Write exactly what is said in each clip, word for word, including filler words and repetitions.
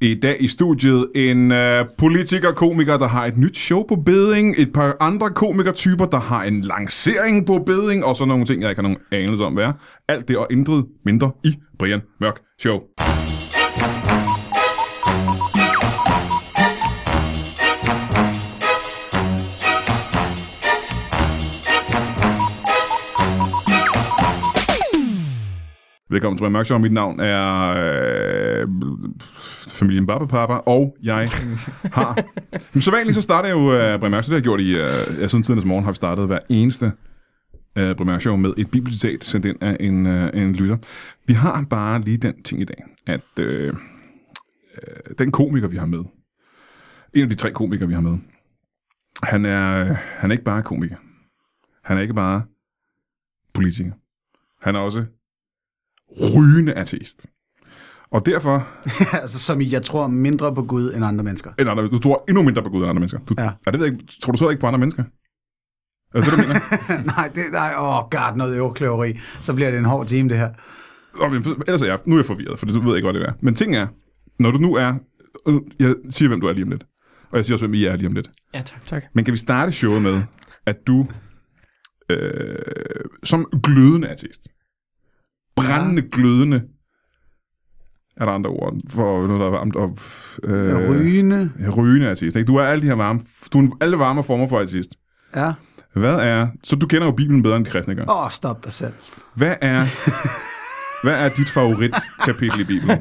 I dag i studiet en øh, politiker-komiker, der har et nyt show på bedding, et par andre komikertyper, der har en lancering på bedding, og så nogle ting, jeg ikke har nogen anelse om, hvad er. Alt det og intet mindre i Brian Mørk Show. Velkommen til Brian Mørk Show. Mit navn er øh, familien Barbapapa, og jeg har... Men så vanligt så starter jeg jo øh, Brian Mørk Show. Det har jeg gjort i... Øh, siden tidens morgen har vi startet hver eneste øh, Brian Mørk Show med et bibelcitat sendt ind af en, øh, en lytter. Vi har bare lige den ting i dag, at øh, øh, den komiker, vi har med, en af de tre komikere, vi har med, han er, han er ikke bare komiker. Han er ikke bare politiker. Han er også rygende ateist. Og derfor... altså som i, jeg tror mindre på Gud end andre mennesker. End andre, du tror endnu mindre på Gud end andre mennesker. Du, ja. Er det ved jeg ikke, tror du så ikke på andre mennesker? Er det det, du mener? nej, det nej, åh, oh god, noget øverkløveri. Så bliver det en hård time, det her. Okay, ellers er jeg, nu er jeg forvirret, for det ved jeg ikke, hvad det er. Men ting er, når du nu er... Jeg siger, hvem du er lige om lidt. Og jeg siger også, hvem I er lige om lidt. Ja, tak, tak. Men kan vi starte showet med, at du øh, som glødende ateist, brændende, glødende, er der andre ord for noget, der er varmt, og... Øh, rygende. Rygende ateist, ikke? Du er alle de her varme, du er alle varme former for ateist. Ja. Hvad er... Så du kender jo Bibelen bedre end de kristne gør. Åh, oh, stop dig selv. Hvad er... Hvad er dit favoritkapitel i Bibelen?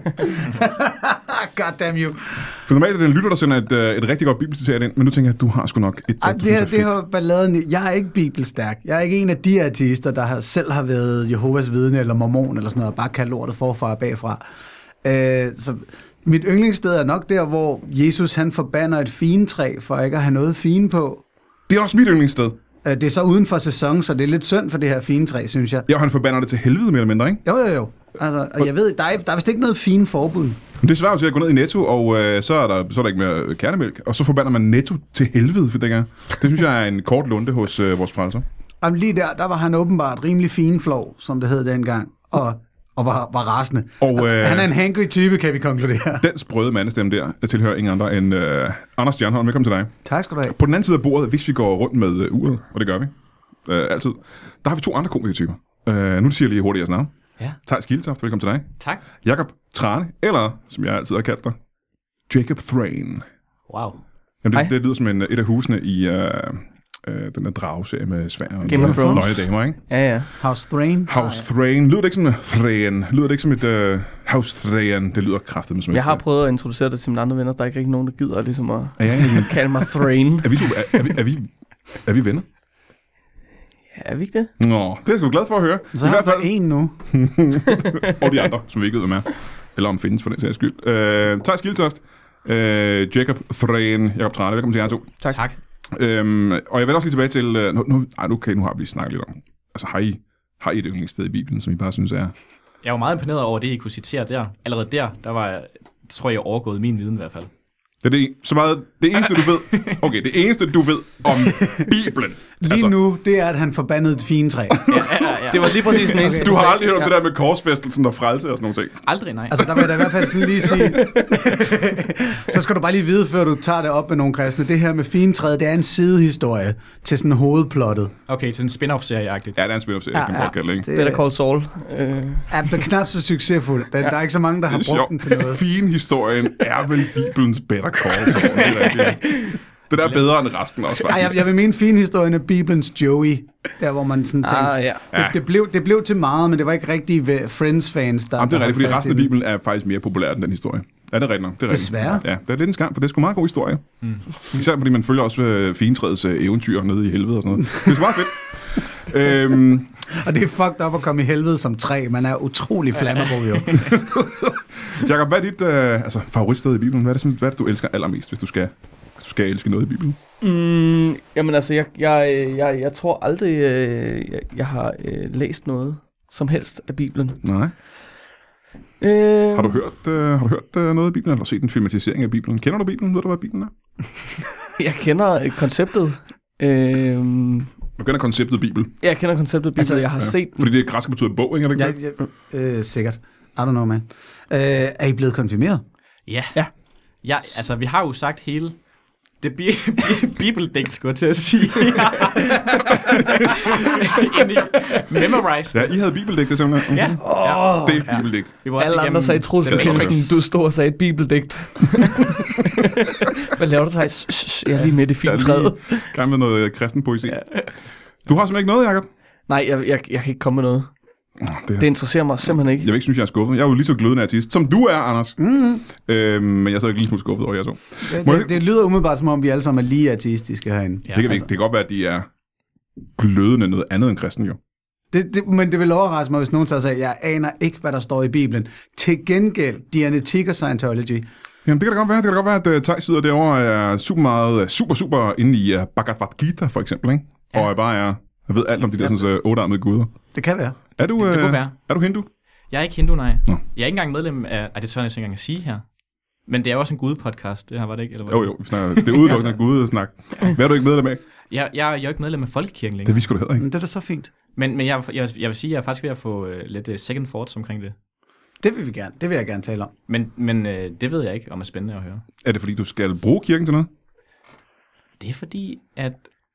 God damn you. For normalt er det en lytter, der sender et, et rigtig godt bibelcitat ind, men nu tænker jeg, at du har sgu nok et, Ej, du det her, synes er det her balladen. Jeg er ikke bibelstærk. Jeg er ikke en af de ateister, der har, selv har været Jehovas vidne eller mormon eller sådan noget, og bare kaldt lortet forfra og bagfra. Øh, så mit yndlingssted er nok der, hvor Jesus han forbander et fintræ for ikke at have noget fine på. Det er også mit yndlingssted. Det er så uden for sæson, så det er lidt synd for det her fintræ, synes jeg. Ja, han forbander det til helvede mere eller mindre, ikke? Jo, jo, jo. Altså, og jeg ved, der er, der er vist ikke noget fine forbud. Men det svarer jo til at gå ned i Netto, og øh, så, er der, så er der ikke mere kernemælk, og så forbander man Netto til helvede for det gang. Det synes jeg er en kort lunde hos øh, vores frelser. Jamen lige der, der var han åbenbart rimelig finflov, som det hed dengang, og, og var, var rasende. Og, øh, han er en hangry type, kan vi konkludere. Den sprøde mandestemme der, der tilhører ingen andre end øh, Anders Stjernholm. Velkommen til dig. Tak skal du have. På den anden side af bordet, hvis vi går rundt med øh, uret, og det gør vi, øh, altid, der har vi to andre komikertyper. Øh, nu siger jeg lige hurtigt jeres navn. Ja. Theis Giltoft, velkommen til dig. Tak. Jakob Trane, eller, som jeg altid har kaldt dig, Jacob Thrain. Wow. Jamen, det, det lyder som en, et af husene i øh, øh, den der drageserie med svær og Game of Thrones. Nøje damer, ikke? Ja, ja. House Thrain. House Thrain. Lyder det ikke som et Thrain? Lyder det ikke som et uh, House Thrain? Det lyder kraftigt som et... Jeg har prøvet at introducere det til mine andre venner. Der er ikke rigtig nogen, der gider ligesom at ja, ja, ja. kalde mig Thrain. Er vi, er, er, vi, er, vi, er vi venner? Ja, er vi ikke det? Nå, det er jeg sgu glad for at høre. Så I har hvert fald en nu. Og de andre, som vi ikke ved, hvem er. Eller om findes, for den sags skyld. Uh, Theis Giltoft, uh, Jacob Thrain, Jakob Trane. Velkommen til jer to. Tak. tak. Um, og jeg vil også lige tilbage til... Uh, nu, nu, ej, okay, nu har vi snakket lidt om... Altså, har I, har I et yndlingssted i Bibelen, som I bare synes er... Jeg var meget imponeret over det, I kunne citere der. Allerede der, der var jeg, tror jeg, overgået min viden i hvert fald. Det er det, så meget, det eneste, du ved... Okay, det eneste, du ved om Bibelen. Lige altså, nu, det er, at han forbandede et fine træ. ja, ja, ja. Det var lige præcis den eneste. Du har aldrig hørt om ja. det der med korsfæstelsen og frelse og sådan nogle ting? Aldrig, nej. Altså, der vil jeg da i hvert fald sådan lige sige... så skal du bare lige vide, før du tager det op med nogle kristne. Det her med fintræet, det er en sidehistorie til sådan hovedplottet. Okay, til en spin-off-serie-agtigt. Ja, det er en spin-off-serie, ja, kan man godt kalde det, ikke? Better Call Saul. Uh... Ja, det er knap så succesfuld. Der, ja. der er ikke så mange, der har brugt den til noget. Fin-historien er vel Bibelens Better Call Saul. Det er det der er bedre end resten også, faktisk. Ej, jeg, jeg vil mene fin-historien af Bibelens Joey. Der, hvor man sådan tænkte... Ah, ja. det, det, blev, det blev til meget, men det var ikke rigtig Friends-fans, der... Jamen, det er rigtigt, fordi resten af Bibelen er faktisk mere populær end den historie. Ja, det er rigtigt nok. Det er Desværre. Rigtigt. Ja, det er lidt en skam, for det er sgu meget god historie. Mm. Især fordi man følger også uh, fintræets uh, eventyr nede i helvede og sådan noget. Det er sgu meget fedt. øhm. Og det er fucked up at komme i helvede som træ. Man er utrolig flammable, jo. Jakob, hvad er dit uh, altså, favoritsted i Bibelen? Hvad er, det, sådan, hvad er det, du elsker allermest, hvis du skal, hvis du skal elske noget i Bibelen? Mm, jamen altså, jeg, jeg, jeg, jeg tror aldrig, øh, jeg, jeg har øh, læst noget som helst af Bibelen. Nej. Øh... Har du hørt, øh, har du hørt øh, noget af Bibelen, eller set en filmatisering af Bibelen? Kender du Bibelen? Ved du, hvad Bibelen er? Jeg kender øh, konceptet. Øh... Du kender konceptet Bibel? Jeg kender konceptet Bibel, altså, jeg har ja. set... Fordi det græske betyder bog, ikke? Er det ikke ja, ja, øh, sikkert. I don't know, man. Øh, er I blevet konfirmeret? Ja. Ja. Ja, altså, vi har jo sagt hele... Det bi- bi- bibeldigt, skulle jeg til at sige. Memorize. Ja, I havde bibeldigt, det simpelthen. Ja. Oh, det er bibeldigt. Vi var også Alle andre igennem sagde trosbekendelsen, du stod og sagde et bibeldigt. Hvad laver du, Thijs? Jeg er lige midt i filtræet. Gang med noget kristen poesi. Ja. Du har simpelthen ikke noget, Jacob? Nej, jeg, jeg, jeg kan ikke komme med noget. Det, det interesserer mig simpelthen ikke. Jeg vil ikke synes, jeg er skuffet. Jeg er jo lige så glødende artist, som du er, Anders. Mm-hmm. Øhm, men jeg er stadig lige smule skuffet over jer så. Det, det, det lyder umiddelbart, som om vi alle sammen er lige artistiske herinde. Ja, det, kan vi, altså. Det kan godt være, at de er glødende noget andet end kristen, jo. Det, det, men det vil overraske mig, hvis nogen tager sig, jeg aner ikke, hvad der står i Bibelen. Til gengæld, Dianetik og Scientology. Jamen, det kan da godt være. Det kan da godt være, at Thijs sidder derovre og er super meget, super, super inde i uh, Bhagavad Gita, for eksempel, ikke? Ja. Og bare er, jeg ved alt om de der ja. sådan, uh, ottearmede guder. Det kan være. Er du, det, det uh, være. Er du hindu? Jeg er ikke hindu, nej. Nå. Jeg er ikke engang medlem af... Ej, det tør jeg ikke engang at sige her. Men det er jo også en gudepodcast, det her var det ikke? Eller hvad? Jo, jo. Vi snakker, det er udelukkende gudesnak. Hvad er du ikke medlem af? Jeg, jeg, jeg er jo ikke medlem af Folkekirken længere. Det vi sgu da heller ikke. Men det er da så fint. Men, men jeg, jeg, jeg vil sige, at jeg er faktisk ved at få uh, lidt uh, second thoughts omkring det. Det vil vi gerne. Det vil jeg gerne tale om. Men, men uh, det ved jeg ikke, om er spændende at høre. Er det fordi, du skal bruge kirken til noget? Det er fordi, at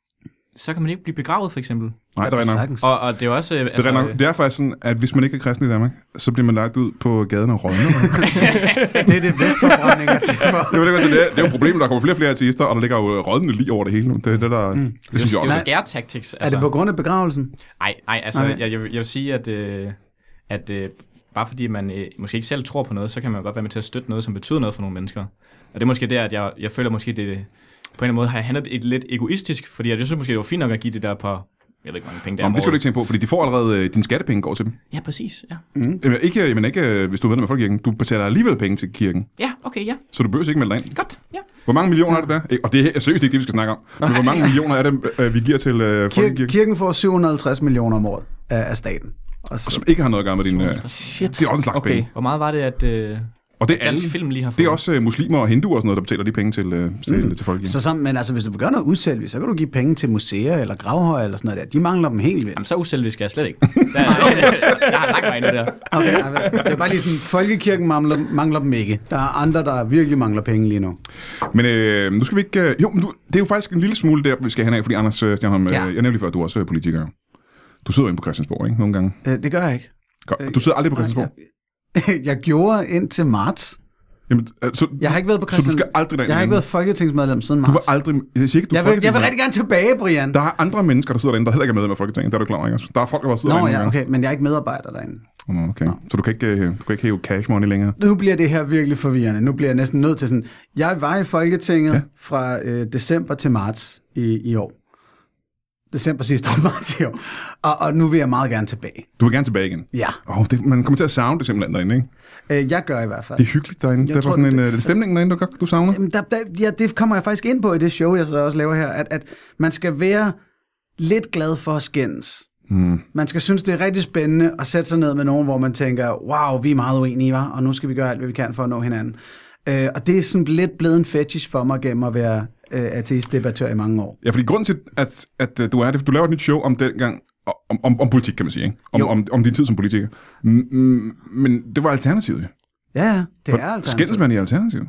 så kan man ikke blive begravet, for eksempel. Nej, det er rigtigt. Og, og det er også... Det, altså, det er faktisk sådan, at hvis man ikke er kristen i Danmark, så bliver man lagt ud på gaden og rådner. Det er det vestforbrænding til for. Det, det, det, det er jo problemet, der kommer flere og flere artister, og der ligger jo rådne lige over det hele. Det er det, der... Mm. Det, det synes jeg også. Det er jo scare tactics. Altså. Er det på grund af begravelsen? Nej, nej, altså, okay. jeg, jeg, vil, jeg vil sige, at, øh, at øh, bare fordi man øh, måske ikke selv tror på noget, så kan man jo godt være med til at støtte noget, som betyder noget for nogle mennesker. Og det er måske der, at jeg, jeg føler måske, det på en eller anden måde har jeg handlet et lidt egoistisk, fordi jeg synes måske, det var fint nok at give det der på, jeg ved ikke, mange penge der. Nå, det skal du ikke tænke på, fordi de får allerede, dine skattepenge går til dem. Ja, præcis, ja. Mm. Jamen, ikke, men ikke, hvis du er medlem af Folkekirken. Du betaler alligevel penge til kirken. Ja, okay, ja. Så du behøver ikke melde dig ind. Godt, ja. Hvor mange millioner er det der? Og det er seriøst ikke det, vi skal snakke om. Men hvor mange millioner er det, vi giver til uh, Folkekirken? Kirken får syv hundrede og halvtreds millioner om året af, af staten. Og så, som ikke har noget at gøre med din... Uh, Shit. Det er også en slags okay. penge. Hvor meget var det, at... Uh... Og det er, alle, film lige har fået. Det er også uh, muslimer og hinduer og sådan noget, der betaler de penge til, uh, til, mm. til Folkekirken. Så sammen, men altså, hvis du vil gøre noget uselvisk, så kan du give penge til museer eller gravhøje eller sådan noget der. De mangler dem helt vildt. Jamen, så uselvisk skal jeg slet ikke. Der, jeg har lagt mig endnu der. Okay, det er bare lige sådan, Folkekirken mangler, mangler dem ikke. Der er andre, der virkelig mangler penge lige nu. Men øh, nu skal vi ikke... Øh, jo, men du, det er jo faktisk en lille smule der, vi skal hen af, fordi Anders Stjernholm, ja. øh, jeg nævnte lige før, at du er også politiker. Du sidder inde på Christiansborg, ikke? Nogle gange. Øh, det gør jeg ikke. Godt. Du sidder aldrig på Christiansborg? Jeg, jeg gjorde indtil marts. Jamen, så, jeg har ikke været på Christian... Så du skal aldrig derind? Jeg har ikke været folketingsmedlem siden marts. Du var aldrig... Jeg siger ikke, du jeg, vil, jeg vil rigtig gerne tilbage, Brian. Der er andre mennesker, der sidder derinde, der heller ikke er medlem af Folketinget. Der er du klar, ikke? Der er folk, der bare sidder Nå, derinde. Nå ja, okay, men jeg er ikke medarbejder derinde. Oh, okay. Nå. Så du kan, ikke, du kan ikke hæve cash money længere? Nu bliver det her virkelig forvirrende. Nu bliver jeg næsten nødt til sådan... Jeg var i Folketinget ja. fra øh, december til marts i, i år. December sidste år, marts i år. Og, og nu vil jeg meget gerne tilbage. Du vil gerne tilbage igen? Ja. Oh, det, man kommer til at savne det simpelthen derinde, ikke? Øh, jeg gør i hvert fald. Det er hyggeligt derinde. Jeg der tror, var sådan en, det, det stemningen derinde, du, du savner? Jamen, der, der, ja, det kommer jeg faktisk ind på i det show, jeg så også laver her, at, at man skal være lidt glad for at skændes. Mm. Man skal synes, det er rigtig spændende at sætte sig ned med nogen, hvor man tænker, wow, vi er meget uenige, var, og nu skal vi gøre alt, hvad vi kan for at nå hinanden. Øh, og det er sådan lidt blevet en fetish for mig gennem at være øh, ateist-debattør i mange år. Ja, fordi grunden til, at, at du er det, du laver et nyt show om dengang, om, om, om politik, kan man sige, ikke? Om, om, om din tid som politiker. Mm, men det var alternativet. Ja, det for er alternativet. Skændes man i alternativet?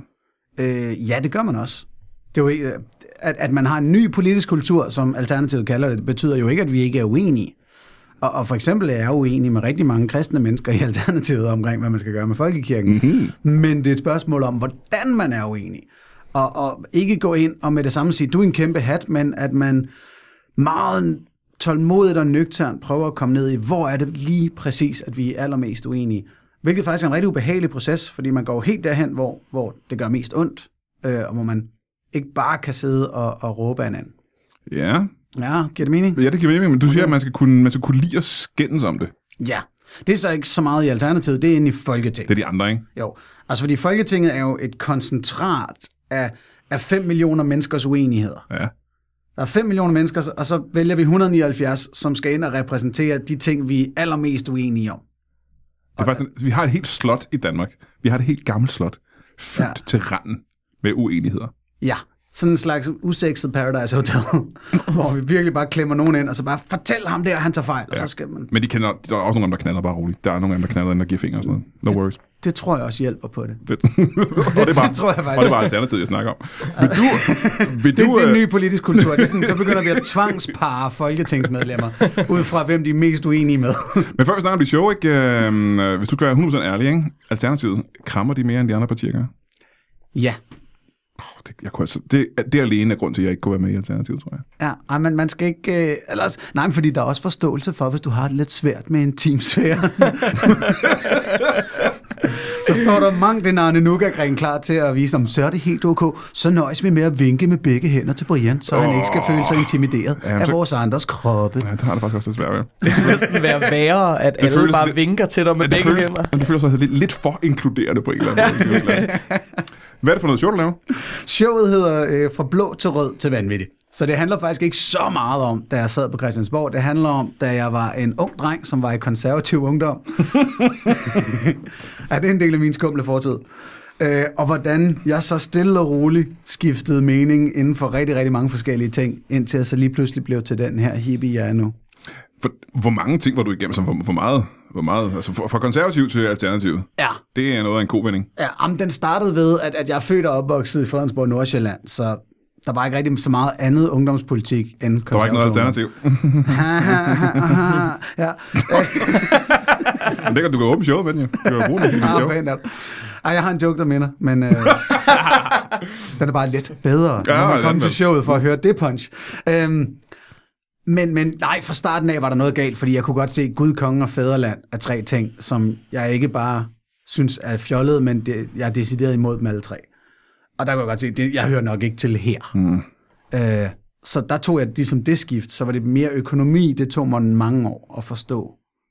Øh, ja, det gør man også. Det er jo ikke, at, at man har en ny politisk kultur, som Alternativet kalder det, betyder jo ikke, at vi ikke er uenige. Og, og for eksempel er jeg uenig med rigtig mange kristne mennesker i Alternativet omkring, hvad man skal gøre med folkekirken. Mm-hmm. Men det er et spørgsmål om, hvordan man er uenig. Og, og ikke gå ind og med det samme sige, du er en kæmpe hat, men at man meget tålmodigt og nøgternt prøver at komme ned i, hvor er det lige præcis, at vi er allermest uenige. Hvilket faktisk er en rigtig ubehagelig proces, fordi man går helt derhen, hvor, hvor det gør mest ondt, øh, og hvor man ikke bare kan sidde og, og råbe af hinanden. Ja. Ja, giver det mening? Ja, det giver mening, men du siger, at man skal kunne, man skal kunne lide at skændes om det. Ja, det er så ikke så meget i Alternativet, det er inde i Folketinget. Det er de andre, ikke? Jo, altså fordi Folketinget er jo et koncentrat af, af fem millioner menneskers uenigheder. Ja. Der er fem millioner mennesker, og så vælger vi et hundrede og nioghalvfjerds, som skal ind og repræsentere de ting, vi er allermest uenige om. Det er faktisk, vi har et helt slot i Danmark. Vi har et helt gammelt slot, fyldt ja. til randen med uenigheder. Ja, sådan en slags usekset Paradise Hotel, hvor vi virkelig bare klemmer nogen ind, og så bare fortæl ham det, og han tager fejl, ja. Og så skal man... Men de kender, der er også nogle af dem, der knaller bare roligt. Der er nogle af dem, der knaller ind og giver fingre og sådan noget. No worries. Det tror jeg også hjælper på det. Fedt. og det, bare, det tror jeg faktisk. Og det var alternativet, jeg snakker om. Vil du... Vil det, du det er en øh... ny politisk kultur. Det er sådan, så begynder vi at tvangspare folketingsmedlemmer, ud fra hvem de er mest uenige med. Men før vi snakker om dit show, ikke? Øh, hvis du kan være hundrede procent ærlig, ikke? Alternativet, krammer de mere end de andre partier gør? Ja. Oh, det, jeg kunne altså, det, det er alene af grund til, at jeg ikke kunne være med i Alternativet, tror jeg. Ja, men man skal ikke... Øh, ellers, nej, fordi der er også forståelse for, hvis du har det lidt svært med en teamsfære. Så står der mange den Arne Nuka-gren klar til at vise dem, så er det helt ok. Så nøjes vi med at vinke med begge hænder til Brian, så oh, han ikke skal føle sig intimideret ja, af så... vores andres kroppe. Ja, det har det faktisk også lidt svært ved. Det kan næsten være værre, at det alle bare lidt... vinker til dig med begge føles, hænder. Det føles også lidt, lidt for inkluderende på en eller anden måde. Hvad er det for noget show, du laver? Showet hedder øh, Fra blå til rød til vanvittig. Så det handler faktisk ikke så meget om, da jeg sad på Christiansborg. Det handler om, da jeg var en ung dreng, som var i konservativ ungdom. Ja, det er en del af min skumle fortid. Øh, og hvordan jeg så stille og roligt skiftede mening inden for rigtig, rigtig mange forskellige ting, indtil jeg så lige pludselig blev til den her hippie, jeg er nu. For, hvor mange ting var du igennem? Hvor, hvor meget? Hvor meget? Altså fra, fra konservativ til alternativ? Ja. Det er noget af en kovending. Ja, jamen, den startede ved, at, at jeg er født og opvokset i Fredensborg, Nordsjælland, så der var ikke rigtig så meget andet ungdomspolitik end konservativ. Der var ikke noget alternativ. ja. Men det kan du kan åbne showet med den, jo. Du kan bruge den i dit show. Ej, jeg har en joke, der minder, men øh, den er bare lidt bedre, ja, når man kommer til showet for at høre det punch. Øhm, men, men nej, fra starten af var der noget galt, fordi jeg kunne godt se Gud, konge og fædreland af tre ting, som jeg ikke bare synes er fjollet, men det, jeg er decideret imod dem alle tre. Og der kunne jeg godt se, det, jeg hører nok ikke til her. Mm. Øh, så der tog jeg ligesom det skift, så var det mere økonomi, det tog mig mange år at forstå.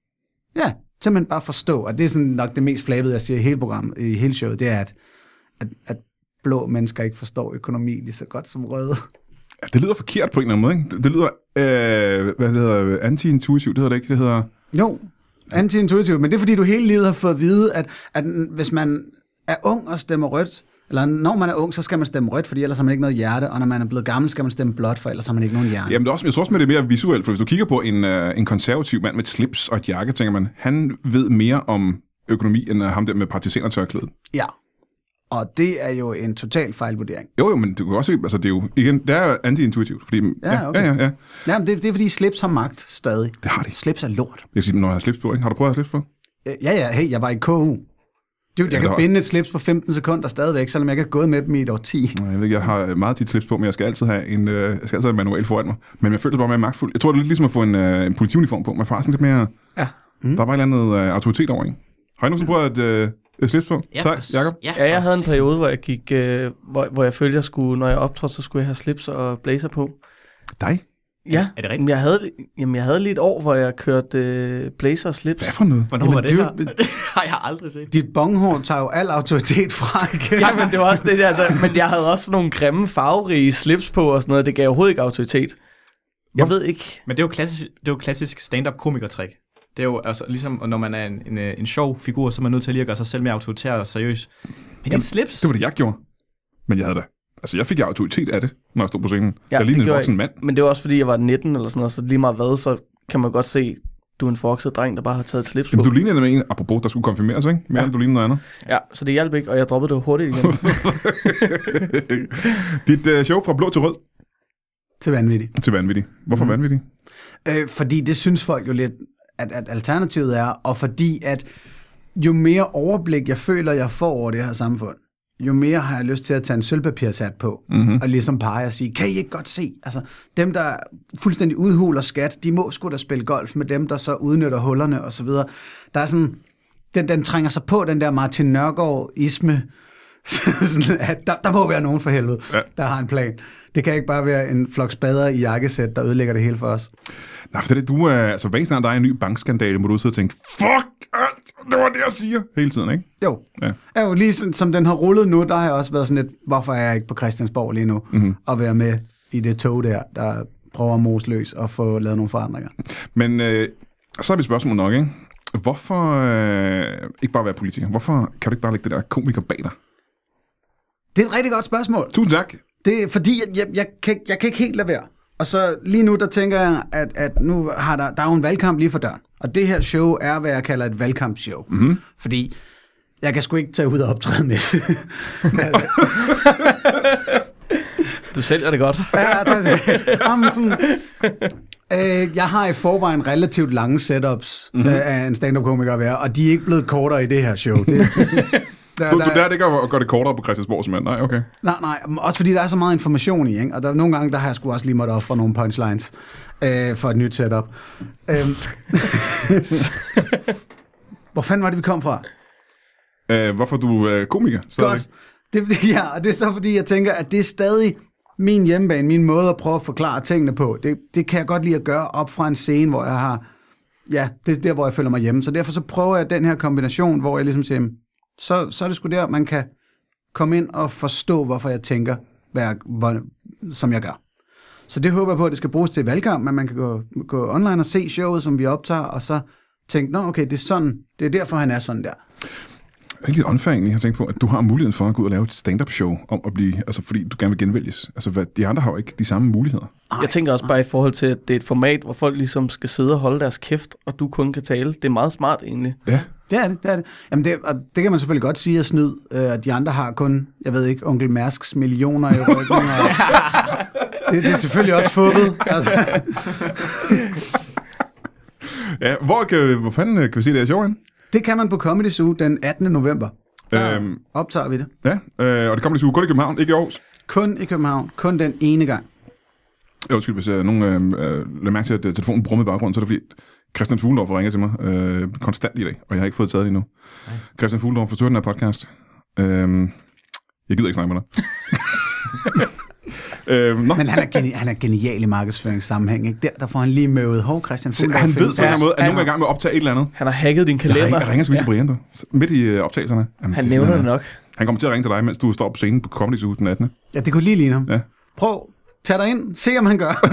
Ja, simpelthen bare forstå, og det er sådan nok det mest flabede, jeg siger i hele programmet, i hele showet, det er, at, at, at blå mennesker ikke forstår økonomi lige så godt som røde. Ja, det lyder forkert på en eller anden måde, ikke? Det, det lyder, øh, hvad det hedder, anti-intuitivt, det hedder det ikke, det hedder... Jo, anti-intuitivt, men det er fordi, du hele livet har fået at vide, at, at hvis man er ung og stemmer rødt, eller når man er ung, så skal man stemme rødt, fordi ellers har man ikke noget hjerte, og når man er blevet gammel, skal man stemme blåt, for ellers har man ikke nogen hjerte. Jamen det er også, jeg tror også med det mere visuelt, for hvis du kigger på en, uh, en konservativ mand med et slips og et jakke, tænker man, han ved mere om økonomi, end ham der med partisanertørklædet. Ja, og det er jo en total fejlvurdering. Jo, jo, men du kan også se, altså det er jo, igen, det er jo anti-intuitivt, fordi... Ja, okay. Ja, ja, ja. Ja, men det, det er fordi slips har magt stadig. Det har de. Slips er lort. Jeg kan sige, når jeg har slips på, ikke? Har du prøvet at have slips på? Ja, ja, hey, jeg var i K U. Dude, jeg ja, kan var... binde et slips på femten sekunder stadigvæk, selvom jeg ikke har gået med dem i et årti. Nej, jeg ved ikke, jeg har meget tit slips på, men jeg skal altid have en, øh, jeg skal altid have en manual foran mig. Men jeg føler det bare mere magtfuld. Jeg tror, det er lidt ligesom at få en, øh, en politiuniform på. Man får sådan lidt mere... Ja. Mm. Der er bare et eller andet øh, autoritet over en. Har I nogensinde prøvet at øh, slips på? Ja, tak, Jacob. Ja, ja, jeg havde en periode, hvor jeg gik, øh, hvor, hvor jeg følte, jeg skulle, når jeg optrådte, så skulle jeg have slips og blazer på. Dig? Ja, er det rigtigt? Jeg havde, jamen, jeg havde lige et år, hvor jeg kørte øh, blazer og slips. Hvad for noget? Hvornår var det her? Det har jeg aldrig set. Dit bonghår tager jo al autoritet fra, ikke? Ja, men det var også det der, altså, men jeg havde også nogle grimme, farverige slips på og sådan noget. Det gav overhovedet ikke autoritet. Jeg Hvor? ved ikke. Men det er jo klassisk, det er jo klassisk stand-up komikertrik. Det er jo altså, ligesom, når man er en, en, en sjov figur, så er man nødt til lige at gøre sig selv mere autoritær og seriøs. Men det slips... Det var det, jeg gjorde. Men jeg havde da... Altså, jeg fik autoritet af det, når jeg stod på scenen. Ja, jeg lignede en voksen mand. Men det var også, fordi jeg var nitten eller sådan noget, så lige meget hvad, så kan man godt se, du er en forvokset dreng, der bare har taget et slips på. Jamen, du lignede med en, apropos, der skulle konfirmeres, ikke? Mere ja. End du lignede noget andet. Ja, så det hjalp ikke, og jeg droppede det hurtigt igen. Dit uh, show fra blå til rød? Til vanvittig. Til vanvittig. Hvorfor mm. vanvittig? Øh, fordi det synes folk jo lidt, at, at alternativet er, og fordi at jo mere overblik jeg føler, jeg får over det her samfund, jo mere har jeg lyst til at tage en sølvpapirshat på, mm-hmm. og ligesom pege og sige, kan I ikke godt se? Altså, dem, der fuldstændig udhuler skat, de må sgu da spille golf med dem, der så udnytter hullerne og så videre. Der er sådan, den, den trænger sig på, den der Martin Nørgaard-isme, at der, der må være nogen for helvede, ja. Der har en plan. Det kan ikke bare være en flok spader i jakkesæt, der ødelægger det hele for os. Nej, for det er det, du er, altså hver eneste gang der er en ny bankskandale, må du sidde og tænke, fuck, det var det, jeg siger, hele tiden, ikke? Jo. Ja. Ja, jo, lige sådan, som den har rullet nu, der har jeg også været sådan lidt, hvorfor er jeg ikke på Christiansborg lige nu, mm-hmm. og være med i det tog der, der prøver at mose løs og få lavet nogle forandringer. Men øh, så er vi spørgsmål nok, ikke? Hvorfor øh, ikke bare være politiker? Hvorfor kan du ikke bare lægge det der komiker bag dig? Det er et rigtig godt spørgsmål. Tusind tak. Det er fordi, jeg, jeg, jeg, kan, jeg kan ikke helt lade være. Og så lige nu, der tænker jeg, at, at nu har der, der er jo en valgkamp lige for døren. Og det her show er, hvad jeg kalder et valgkampshow. Mm-hmm. Fordi jeg kan sgu ikke tage ud og optræde med det. Du sælger det godt. Ja, Jamen, sådan, øh, jeg har i forvejen relativt lange setups mm-hmm. øh, af en stand-up-komiker at være, og de er ikke blevet kortere i det her show. Det, der, du, der, du der ikke at gøre det kortere på Christiansborg, simpelthen? Nej, okay. Nej, nej, også fordi der er så meget information i, ikke? Og der, nogle gange, der har jeg sgu også lige måttet ofre nogle punchlines øh, for et nyt setup. Øh, Hvor fanden var det, vi kom fra? Øh, hvorfor du er komiker? Godt. Det, ja, og det er så fordi, jeg tænker, at det er stadig min hjemmebane, min måde at prøve at forklare tingene på. Det, det kan jeg godt lide at gøre op fra en scene, hvor jeg har... Ja, det er der, hvor jeg føler mig hjemme. Så derfor så prøver jeg den her kombination, hvor jeg ligesom siger, så, så er det sgu der, man kan komme ind og forstå, hvorfor jeg tænker, hvad jeg, hvor, som jeg gør. Så det håber jeg på, at det skal bruges til valgkamp, men man kan gå, gå online og se showet, som vi optager, og så tænke, nå okay, det er sådan, det er derfor, han er sådan der. Det er lidt unfair egentlig, jeg har tænkt på, at du har muligheden for at gå ud og lave et stand-up show om at blive, altså fordi du gerne vil genvælges. Altså hvad, de andre har jo ikke de samme muligheder. Jeg tænker også bare i forhold til, at det er et format, hvor folk ligesom skal sidde og holde deres kæft, og du kun kan tale. Det er meget smart egentlig. Ja. Det er det, det er det. Jamen det, og det kan man selvfølgelig godt sige at snyd, at de andre har kun, jeg ved ikke, onkel Mærsks millioner i ryggen. Og det, det er selvfølgelig også fubbet. Altså. Ja, hvor, kan, hvor fanden kan vi se det her show hen? Det kan man på Comedy Zoo den attende november. Der øhm, optager vi det. Ja, øh, og det kommer til kun i København, ikke i Aarhus? Kun i København. Kun den ene gang. Jeg undskyld, hvis øh, nogen øh, lader mærke til, at telefonen brummer i baggrunden, så er det fordi Christian Fuglendorf ringer til mig øh, konstant i dag, og jeg har ikke fået taget det endnu. Nej. Christian Fuglendorf, forstår den her podcast. Øh, jeg gider ikke snakke med dig. Øhm, Men han er, geni- han er genial i markedsføringssammenhæng, ikke? Der, der får han lige mødet, hov, Christian Fuglendorf. Han ved på en måde, at nogen er i gang med at optage et eller andet. Han har hacket din kalender. Jeg ringer, jeg ringer til ja. Brian, du. Midt i optagelserne. Jamen, han nævner det nok. Han kommer til at ringe til dig, mens du står på scenen på Comedy Zoo den attende Ja, det kunne lige ligne ham. Ja. Prøv, tag dig ind, se om han gør.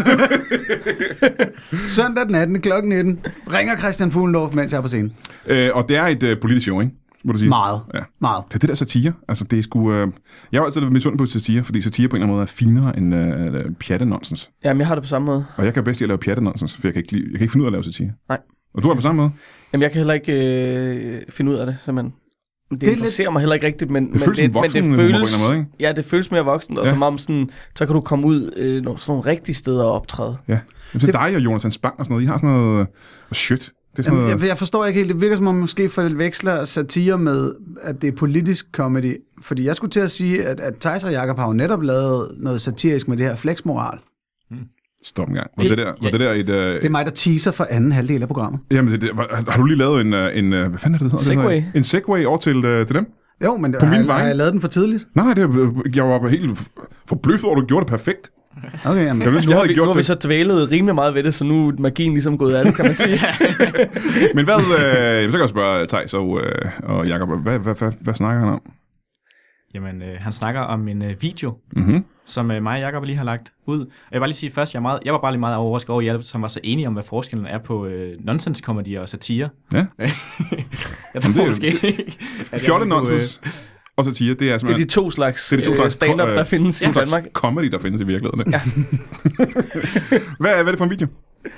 Søndag den attende klokken nitten ringer Christian Fuglendorf, mens jeg er på scenen. Øh, og det er et uh, politisk show, ikke? Må du sige. Meget. Ja. Meget. Det er det der satire. Altså, det er sgu, øh... Jeg har altid været misundelig på satire, fordi satire på en eller anden måde er finere end øh, pjattenonsens. Jamen, jeg har det på samme måde. Og jeg kan bedst lide at lave pjattenonsens, for jeg kan, ikke lide, jeg kan ikke finde ud af at lave satire. Nej. Og du har det på samme måde? Jamen, jeg kan heller ikke øh, finde ud af det, simpelthen. Det, det interesserer lidt... mig heller ikke rigtigt, men det føles, men det, voksen, men det føles måde, ikke? Ja, det føles mere voksen, og ja. Som om sådan, så kan du komme ud øh, sådan nogle rigtige steder og optræde. Ja. Jamen, det er dig og Jonathan Spang og sådan noget. I har sådan noget oh, shit. Det er sådan Jamen, noget... jeg, jeg forstår ikke helt. Det virker som om måske forveksler satire med, at det er politisk comedy. Fordi jeg skulle til at sige, at, at Theis og Jacob har jo netop lavet noget satirisk med det her flexmoral. Hmm. Stop en gang. Var det der, var det der et... Uh... Det er mig, der teaser for anden halvdel af programmet. Jamen, det, det, var, har du lige lavet en... en, en hvad fanden er det, det Segway. Det en segway over til, uh, til dem? Jo, men på har, min har jeg lavet den for tidligt? Nej, det, jeg var helt forbløffet over, at du gjorde det perfekt. Okay, jamen. Jeg nu, jeg har vi, gjort nu har vi så dvælet rimelig meget ved det, så nu er magien ligesom gået af det, kan man sige. Men hvad, øh, så kan jeg spørge Theis og, øh, og Jacob, hvad, hvad, hvad, hvad snakker han om? Jamen, øh, han snakker om en øh, video, mm-hmm. som øh, mig og Jacob lige har lagt ud. Og jeg vil bare lige sige først, jeg, er meget, jeg var bare lige meget overrasket over, at I alle som var så enige om, hvad forskellen er på øh, nonsens-komedier og satire. Ja. Jeg tror måske ikke. Fjolle nonsens og satire, det er det er de to slags, det er de to slags stand-up, der findes i Danmark. Slags comedy, der findes i virkeligheden. Ja. hvad, hvad er det for en video?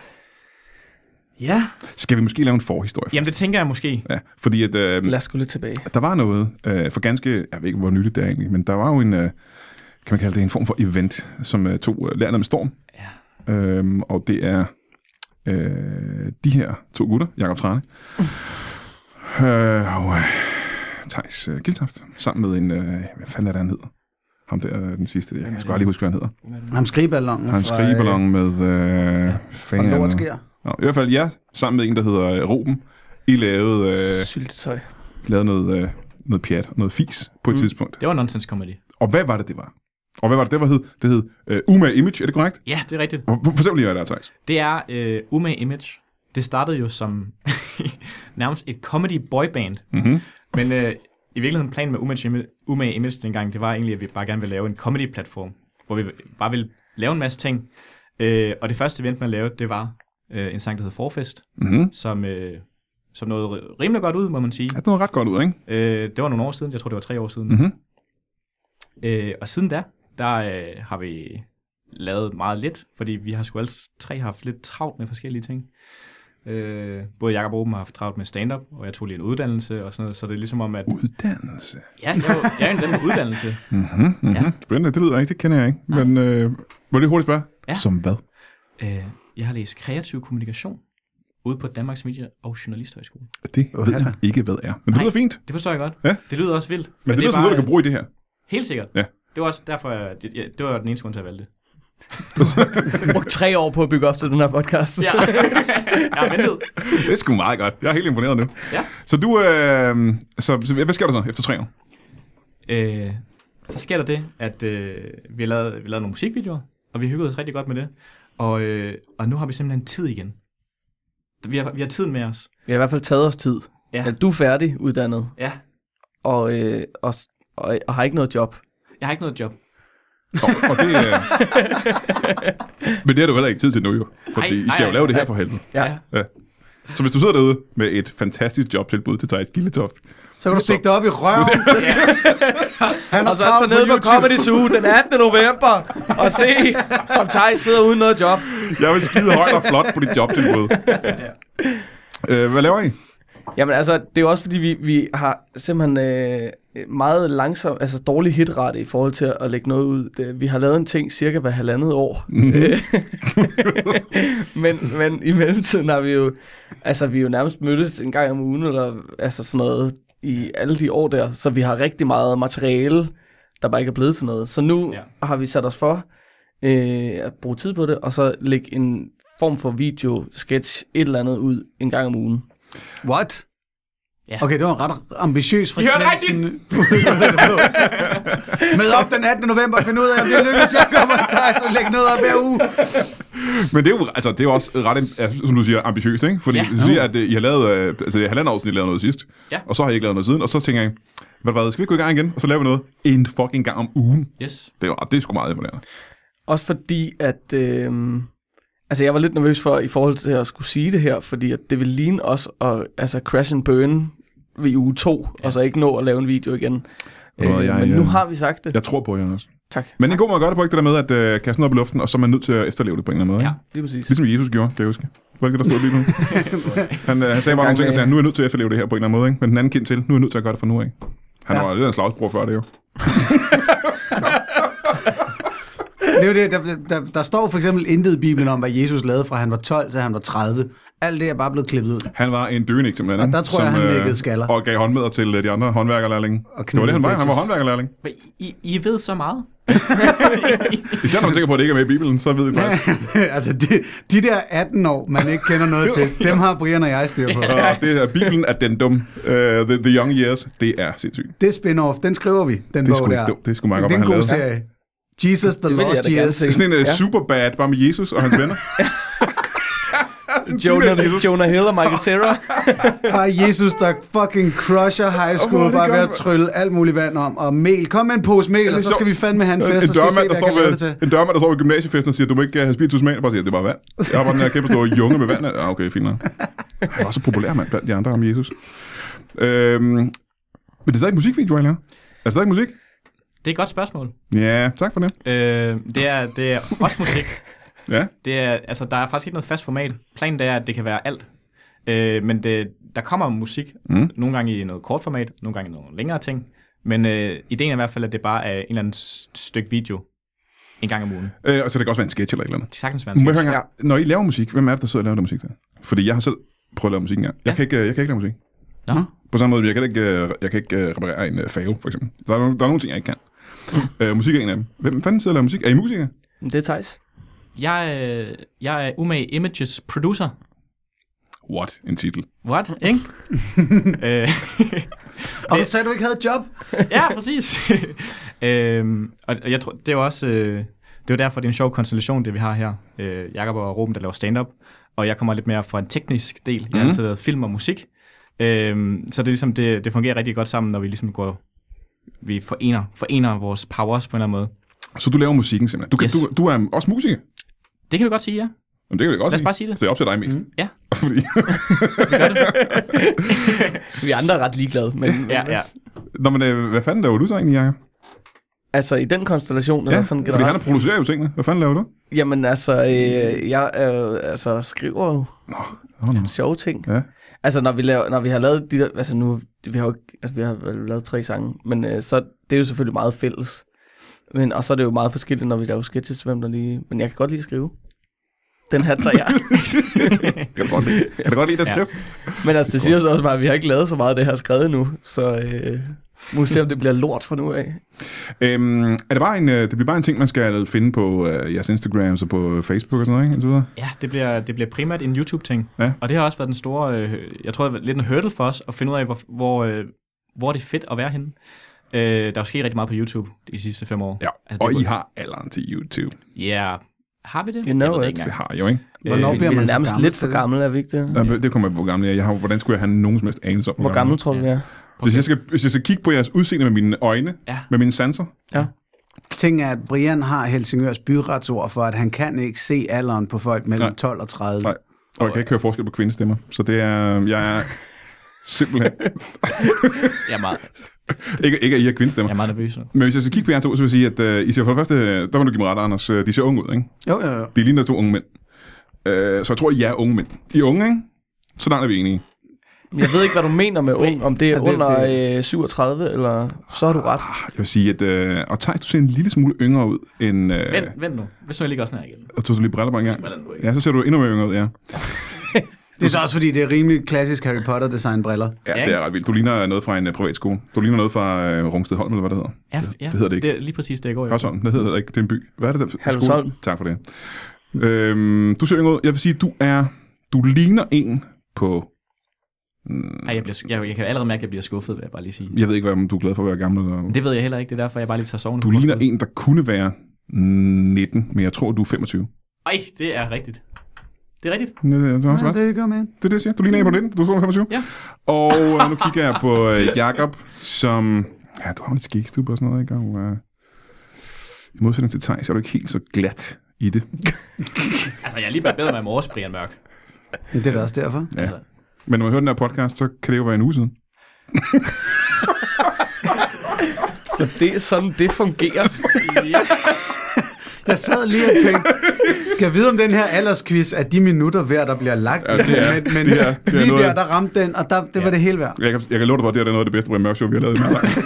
Ja. Skal vi måske lave en forhistorie? Jamen, det tænker jeg måske. Ja, fordi at... Øh, Lad os gå lidt tilbage. Der var noget, øh, for ganske... Jeg ved ikke, hvor nyttigt det er egentlig, men der var jo en... Øh, kan man kalde det en form for event, som øh, tog øh, lærerne med storm. Ja. Øhm, og det er øh, de her to gutter, Jacob Trane, øh, og øh, Theis øh, Giltoft, sammen med en... Øh, hvad fanden er det, han hedder? Ham der, den sidste. Jeg skal bare lige huske, hvad han hedder. Ham skrigeballongen. Han skrigeballongen med... Øh, ja, fra Lort sker. Nå, i hvert fald ja, sammen med en, der hedder øh, Ruben. I lavede... Øh, Syltetøj. Lavede noget, øh, noget pjat, noget fis på et mm. tidspunkt. Det var nonsens comedy. Og hvad var det, det var? Og hvad var det, det var hed? Det hed uh, Uma Image, er det korrekt? Ja, det er rigtigt. Fortæl lige, hvad det er, Theis. Det er uh, Uma Image. Det startede jo som nærmest et comedy boyband. Mm-hmm. Men uh, i virkeligheden planen med Uma Image, Uma Image dengang, det var egentlig, at vi bare gerne ville lave en comedy-platform, hvor vi bare ville lave en masse ting. Uh, og det første event, man lavede, det var uh, en sang, der hed Forfest, mm-hmm. som... Uh, som noget rimelig godt ud, må man sige. Ja, det nåede ret godt ud, ikke? Øh, det var nogle år siden. Jeg tror, det var tre år siden. Mm-hmm. Øh, og siden da, der øh, har vi lavet meget lidt, fordi vi har sgu alle tre haft lidt travlt med forskellige ting. Øh, både Jakob og Ruben har haft travlt med stand-up, og jeg tog lige en uddannelse og sådan noget, så det er ligesom om, at... Uddannelse? Ja, jeg er, jeg er en den med uddannelse. Mm-hmm, mm-hmm. Ja. Spændende, det lyder ikke, det kender jeg ikke. Ja. Men øh, må jeg hurtigt spørge? Ja. Som hvad? Øh, jeg har læst kreativ kommunikation ude på Danmarks Medie- og Journalisthøjskole. Det ved jeg ikke, hvad er. Men det lyder fint. Det forstår jeg godt. Ja. Det lyder også vildt. Men, men det, det lyder som noget, du kan bruge i det her. Helt sikkert. Ja. Det var også derfor, jeg, det, det var den eneste grund til at vælge det. Du brugte tre år på at bygge op til den her podcast. Ja, jeg har ventet. Det er sgu meget godt. Jeg er helt imponeret nu. Ja. Så du, øh, så, så hvad sker der så efter tre år? Øh, så sker der det, at øh, vi, har lavet, vi har lavet nogle musikvideoer, og vi hyggede os rigtig godt med det. Og, øh, og nu har vi simpelthen tid igen. Vi har, vi har tiden med os. Vi har i hvert fald taget os tid. Ja. Altså, du er færdig uddannet. Ja. Og, øh, og, og, og har ikke noget job. Jeg har ikke noget job. Og, og det, øh... Men det har du heller ikke tid til nu jo. Fordi ej, I skal ej, jo lave ej, det her for helvede. Ja. Ja. Så hvis du sidder derude med et fantastisk jobtilbud til Theis Gildetoft, så kan du stikke dig op i røven. Han og så, så nede på Comedy Zoo den attende november og se, om Theis sidder uden noget job. Jeg vil skide højt og flot på dit jobtilbud. øh, hvad laver I? Jamen altså, det er jo også fordi, vi, vi har simpelthen øh, meget langsom, altså dårlig hitrate i forhold til at lægge noget ud. Det, vi har lavet en ting cirka hver halvandet år. Mm-hmm. men, men i mellemtiden har vi jo, altså vi jo nærmest mødtes en gang om ugen, eller altså sådan noget, i alle de år der. Så vi har rigtig meget materiale, der bare ikke er blevet til noget. Så nu ja. har vi sat os for øh, at bruge tid på det, og så lægge en form for video, sketch, et eller andet ud en gang om ugen. What? Ja. Okay, det var en ret ambitiøs frekvens. Vi hørte rigtigt! Med op den attende november og finde ud af, om det lykkes, jeg kommer og tager og lægge noget op hver uge. Men det er jo, altså, det er jo også ret, som du siger, ambitiøst, ikke? Fordi ja. du siger, at I har lavet, altså det er halvandet år siden, I lavede noget sidst, ja. og så har I ikke lavet noget siden, og så tænker jeg, hvad, hvad, skal vi gå i gang igen, og så laver vi noget en fucking gang om ugen. Yes. Det er jo det er sgu meget imponerende. Også fordi, at... Øh... Altså, jeg var lidt nervøs for, i forhold til at skulle sige det her, fordi at det ville ligne os at altså, crash and burn ved uge to, ja. og så ikke nå at lave en video igen. Nå, øh, jeg, men jeg, nu har vi sagt det. Jeg tror på jer også. Tak. Men en god måde at gøre det på, ikke det der med, at uh, kaste noget op i luften, og så er man nødt til at efterleve det på en eller anden måde. Ja, lige præcis. Ligesom Jesus gjorde, kan jeg huske. Var det ikke, der stod lige nu? han, uh, han sagde bare nogle ting, og sagde, nu er jeg nødt til at efterleve det her på en eller anden måde, ikke? Men den anden kendt til, nu er jeg nødt til at gøre det fra nu af. Han ja. var lidt en slagsbror før det jo. Det er jo det, der, der, der står for eksempel intet i Bibelen om, hvad Jesus lavede fra han var tolv til han var tredive. Alt det er bare blevet klippet ud. Han var en døgenik simpelthen. Og der tror som, jeg, han læggede skaller. Og gav håndmæder til de andre håndværkerlærlinge. Det var det, han var. Han var håndværkerlærling. I, I ved så meget. Især når man tænker på, at det ikke er med i Bibelen, så ved vi faktisk. altså, de, de der atten år, man ikke kender noget til, dem har Brian og jeg styr på. Ja, det er Bibelen er den dumme. Uh, the, the Young Years, det er sindssygt. Det er spin-off, den skriver vi, den bog der. Det, det er sgu meget godt, det er en god han serie. Jesus the Lost Years. Det er sådan en uh, ja. Superbad, bare med Jesus og hans venner. Jonah, Jonah Hill og Michael Cera. Har Jesus, der fucking crusher high school, bare ved at trylle alt muligt vand om, og mel. Kom med en pose mel, og så skal vi fandme have en fest, og skal se, hvad jeg kan lave det til. En dørmand, der står ved gymnasiefesten og siger, du må ikke have spiritus med, og bare siger, det er bare vand. Jeg har bare den her kæmpe store junge med vand. Ja, okay, fint nok. Han er også populær, mand, blandt de andre om Jesus. Øhm, men det er stadig musikvideo, jeg laver. Er det stadig musik? Det er et godt spørgsmål. Ja, tak for det. Øh, det, er, det er også musik. Ja. Det er, altså, der er faktisk ikke noget fast format. Planen det er, at det kan være alt. Øh, men det, der kommer musik. Mm. Nogle gange i noget kort format, nogle gange i nogle længere ting. Men øh, ideen er i hvert fald, at det bare er en eller anden stykke video en gang om ugen. Øh, og så det kan også være en sketch eller et eller andet. Det sagtens være en sketch. Ja. Når I laver musik, hvem er det, der sidder og laver der musik der? Fordi jeg har selv prøvet at lave musik engang. Jeg, ja. kan ikke, jeg kan ikke lave musik. Nå. På samme måde, jeg kan ikke, jeg kan ikke reparere en fave, for eksempel. Der er, der er nogle ting, jeg ikke kan. Mm. Øh, musik er en af dem. Hvem fanden sidder og laver musik? Er I musikere? Det er Theis. Jeg, øh, jeg er Umage Images producer. What? En titel. What? Ikke? øh, og så sagde du ikke havde et job? Ja, præcis. øhm, og jeg tror, det er jo også... Øh, det er jo derfor, det er en sjov konstellation, det vi har her. Øh, Jakob og Ruben, der laver stand-up. Og jeg kommer lidt mere fra en teknisk del. Jeg har altid lavet film og musik. Øhm, så det, er ligesom, det, det fungerer rigtig godt sammen, når vi ligesom går... Vi forener, forener vores powers på en eller anden måde. Så du laver musikken simpelthen. Du, kan, yes. du, du er også musiker? Det kan vi godt sige, ja. Jamen, det kan vi godt Lad os sige. bare sige det. Så jeg opsætter dig mest. Mm. Ja. Fordi... vi gør det. Vi andre er ret ligeglade. Men, ja, ja. Nå, men hvad fanden laver du så egentlig, Jacob? Altså i den konstellation, Ja, eller sådan fordi generelt? han producerer jo tingene. Hvad fanden laver du? Jamen altså, øh, jeg øh, altså, skriver jo Nå, nå, nå. sjove ting. Ja. Altså når vi, laver, når vi har lavet de der, altså nu, vi har jo ikke, altså vi har vel lavet tre sange, men øh, så det er jo selvfølgelig meget fælles. Men, og så er det jo meget forskelligt, når vi laver sketches, hvem der lige, men jeg kan godt lide at skrive. Den her tager jeg. Kan du godt lide, kan du godt lide det skrive? Ja. Men altså, det siger så også bare, at vi har ikke lavet så meget af det her skrevet nu, så øh, må se, om det bliver lort fra nu af. Øhm, er det bare en, det bliver bare en ting, man skal finde på øh, jeres Instagram og på Facebook og sådan noget, ikke? Indtil videre? Ja, det bliver, det bliver primært en YouTube-ting. Ja. Og det har også været den store, øh, jeg tror, det var lidt en hurdle for os, at finde ud af, hvor, hvor, øh, hvor det er fedt at være henne. Øh, der er jo sket rigtig meget på YouTube de sidste fem år. Ja, altså, og det, I har alderen til YouTube. Ja, yeah. Har vi det? You know Jeg ved it. Det har I jo, ikke? Hvornår Øh, bliver vi er man nærmest for gammel lidt for til det? gammel, er vi ikke det? Ja. Det kommer jeg på, hvor gammel jeg er. Jeg har, hvordan skulle jeg have nogen som helst anelse om, Hvor gammel tror du, vi er? Hvis jeg, skal, hvis jeg skal kigge på jeres udseende med mine øjne, Ja. med mine sanser, Ja. Ting er, at Brian har Helsingørs byretsord for, at han kan ikke se alderen på folk mellem Nej. tolv og tredive. nej, og jeg kan ikke høre forskel på kvindestemmer. Så det er, jeg er simpelthen, Jeg er meget, ikke, ikke at I er kvindestemmer. jeg er meget nervøs. Men hvis jeg skal kigge på jer to, så vil jeg sige, at uh, I ser for det første, der må du give mig ret, Anders, uh, de ser unge ud, ikke? Jo, jo, jo. De ligner to unge mænd. Uh, så jeg tror, I er unge mænd. I er unge, ikke? Så langt er vi enige. Jeg ved ikke, hvad du mener med ung, om det er Ja, det- under øh, syvogtredive, eller så har du ret. Jeg vil sige, at uh, og Theis, du ser en lille smule yngre ud, end... Uh, Vent, vent nu. Hvis nu jeg ligger sådan her igen. og tog du lige briller på en gang. Briller nu, ikke? Ja, så ser du endnu mere yngre ud, ja. Det er så også, fordi det er rimelig klassisk Harry Potter-design-briller. Ja, Ja, det er ret vildt. Du ligner noget fra en uh, privatskole. Du ligner noget fra uh, Rungsted Holm, eller hvad det hedder. Ja, ja, det hedder det ikke. Det er lige præcis det, jeg går i. Hørsholm, det hedder det ikke. Det er en by. Hvad er det der? skole? Herlufsholm. Tak for det. Øhm, du ser yngre ud. Jeg vil sige, du er... Du ligner en på... Ej, jeg, bliver, jeg, jeg kan allerede mærke, at jeg bliver skuffet, vil jeg bare lige sige. Jeg ved ikke, om du er glad for at være gammel. Eller... Det ved jeg heller ikke, det er derfor, jeg bare lige tager sovende. Du ligner en, der kunne være nitten, men jeg tror, du er femogtyve. Ej, det er rigtigt. Det er rigtigt. Ja, det er også Ja, ret. det gør man. Det er det, jeg siger. Du ligner en på nitten, du er femogtyve. Ja. Og øh, nu kigger jeg på øh, Jakob, som... Ja, du har jo lidt skægstube og sådan noget, ikke? Og, øh, i modsætning til Theis, så er du ikke helt så glat i det. Altså, jeg er lige bare bedre med i morges, Brian Mørk. Det er da også derfor. Ja. Altså, Men når man hører den her podcast, så kan det jo være en uge siden. For det er sådan, det fungerer. Jeg sad lige og tænkte, kan jeg vide om den her aldersquiz er de minutter værd, der bliver lagt? Ja, det er- men men det er- det er lige noget- der, der ramte den, og der, det var det hele værd. Jeg kan, jeg kan love dig for, at det her det er noget af det bedste Brian Mørk Show, vi har lavet i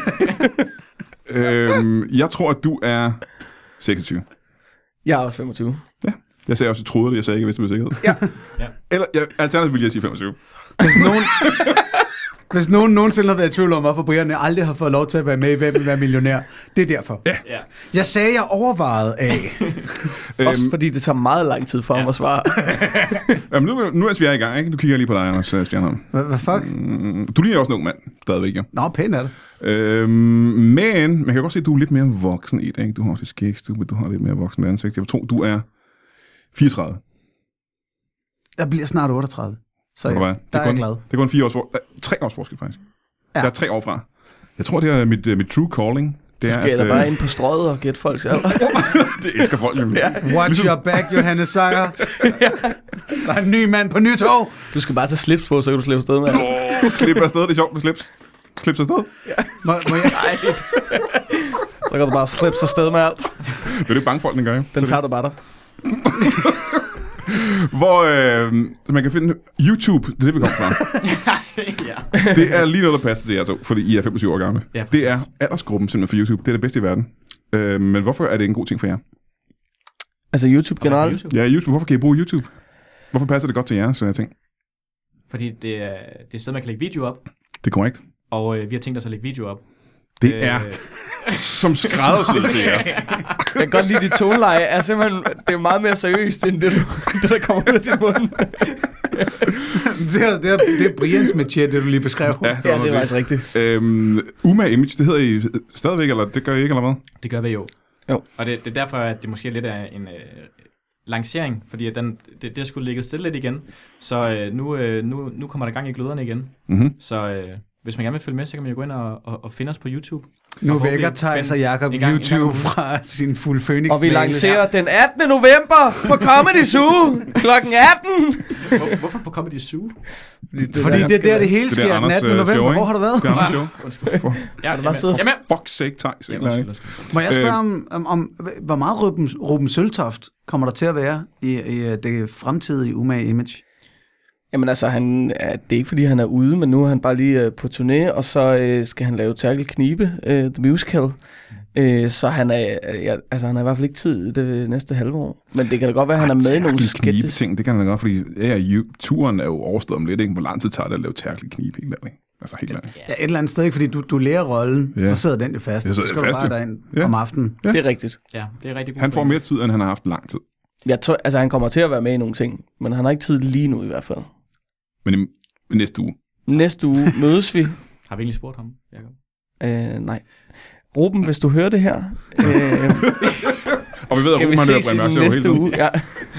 meget øhm, Jeg tror, at du er seksogtyve. Jeg er også femogtyve. Ja. Jeg sagde også, at jeg troede det. Jeg sagde ikke, hvis det var sikkerhed. Ja. Ja. Eller, jeg, alternativt ville jeg sige femogtyve. Hvis nogen, hvis nogen nogensinde har været i tvivl om, hvorfor Brian aldrig har fået lov til at være med i Hvem vil være millionær, det er derfor. Ja. ja. Jeg sagde, jeg overvejede af. Også Øhm, fordi det tager meget lang tid for ham Ja. at svare. Jamen, nu, nu er vi i gang, ikke? Nu kigger jeg lige på dig, Anders øh, Stjernholm. Hvad, hvad fuck? Mm, Du ligner også en ung mand, stadigvæk, ja. Nå, pænt er det. Øhm, men man kan godt se, at du er lidt mere voksen i det, ikke? Du har også et skægstube, du har lidt mere voksen ansigt. Jeg tror, du er fireogtredive. Jeg bliver snart otteogtredive. Så Ved du ja, hvad? der Det er jeg kun, glad. Det er kun fire års for, øh, tre års forskel, faktisk. Ja. Ja. Jeg er tre år fra. Jeg tror, det er mit, uh, mit true calling. Det er, Skal jeg da at, bare øh, ind på strøget og gætte folks alder? det elsker folk jo. Ja. Watch your back, Johannes Sejer. Der er en ny mand på Nytorv. Du skal bare tage slips på, så kan du slippe afsted med. Oh, slip afsted, det er sjovt med slips. Slips afsted. Må, må jeg? Så kan du bare slippe afsted med alt. Det er jo ikke bange folk, den gør jo. Den tager du bare der. Hvor øh, man kan finde YouTube, det er det, vi kommer fra. ja. Det er lige noget, der passer til jer to, fordi I er femogtyve år gamle. Ja, Det er aldersgruppen simpelthen for YouTube. Det er det bedste i verden. Øh, men hvorfor er det en god ting for jer? Altså YouTube generelt. YouTube. Ja, YouTube. Hvorfor kan I bruge YouTube? Hvorfor passer det godt til jer, så jeg tænker? Fordi det er, det er et sted, man kan lægge video op, Det er korrekt. og øh, vi har tænkt os at lægge video op. Det Øh, er som skræddersyet til jer. Jeg kan godt lide dit toneleje. Er simpelthen, det er meget mere seriøst, end det, du, det der kommer ud af din mund. Det er, det, er, det er Brians metier, det du lige beskrev. Ja, Ja, det er faktisk rigtigt. Øhm, Uma Image, det hedder I stadigvæk, eller det gør I ikke, eller hvad? Det gør vi jo. Jo. Og det, det er derfor, at det måske lidt er en øh, lancering, fordi at den, det, det skulle ligge stille lidt igen. Så øh, nu, øh, nu, nu kommer der gang i gløderne igen. Mm-hmm. Så øh, hvis man gerne vil følge med, så kan man jo gå ind og, og, og finde os på YouTube. Nu Og vækker forhåbentlig Theis og finde Jacob en gang- en gang YouTube om ugen. fra sin fuld Phoenix. Og vi lancerer den attende november på Comedy Zoo klokken atten. Hvor, hvorfor på Comedy Zoo? Fordi det, Fordi det er der, det hele sker den attende november. Hvor har du været? Det er Anders show. For, Ja, det var siddet. Jamen, fuck's sake, Thijs. Jamen, undskyld, undskyld. Må jeg spørge Øh. om, om, om hvor meget Ruben, Ruben Søltoft kommer der til at være i, i det fremtidige Umage Image? Jamen altså, han, er, det er ikke fordi, han er ude, men nu er han bare lige øh, på turné, og så øh, skal han lave Terkel Knibe, øh, The Musical. Øh, så han er, øh, ja, altså, han har i hvert fald ikke tid det næste halve år. Men det kan da godt være, at han er med i nogle sketches. ting, det kan han da godt, fordi ja, turen er jo overstået om lidt, ikke? Hvor lang tid tager det at lave Terkel Knibe, ikke? Altså helt ærligt. Ja, et eller andet sted, ikke? Fordi du, du lærer rollen, Ja. så sidder den jo fast. Jeg Så sidder skal fast, du bare jo. derind Ja. om aftenen. Ja. Det er rigtigt. Ja, det er rigtig godt. Han får mere tid, end han har haft lang tid. Jeg tror, altså, han kommer til at være med i nogle ting, men han har ikke tid lige nu i hvert fald. Men i, i næste uge. Næste uge mødes vi. Har vi egentlig spurgt ham, Jacob? Øh, nej. Ruben, hvis du hører det her, øh, Og vi ved, at skal vi Ruben har hørt ses i Brian Mørk den Show hele næste tiden. uge. Ja.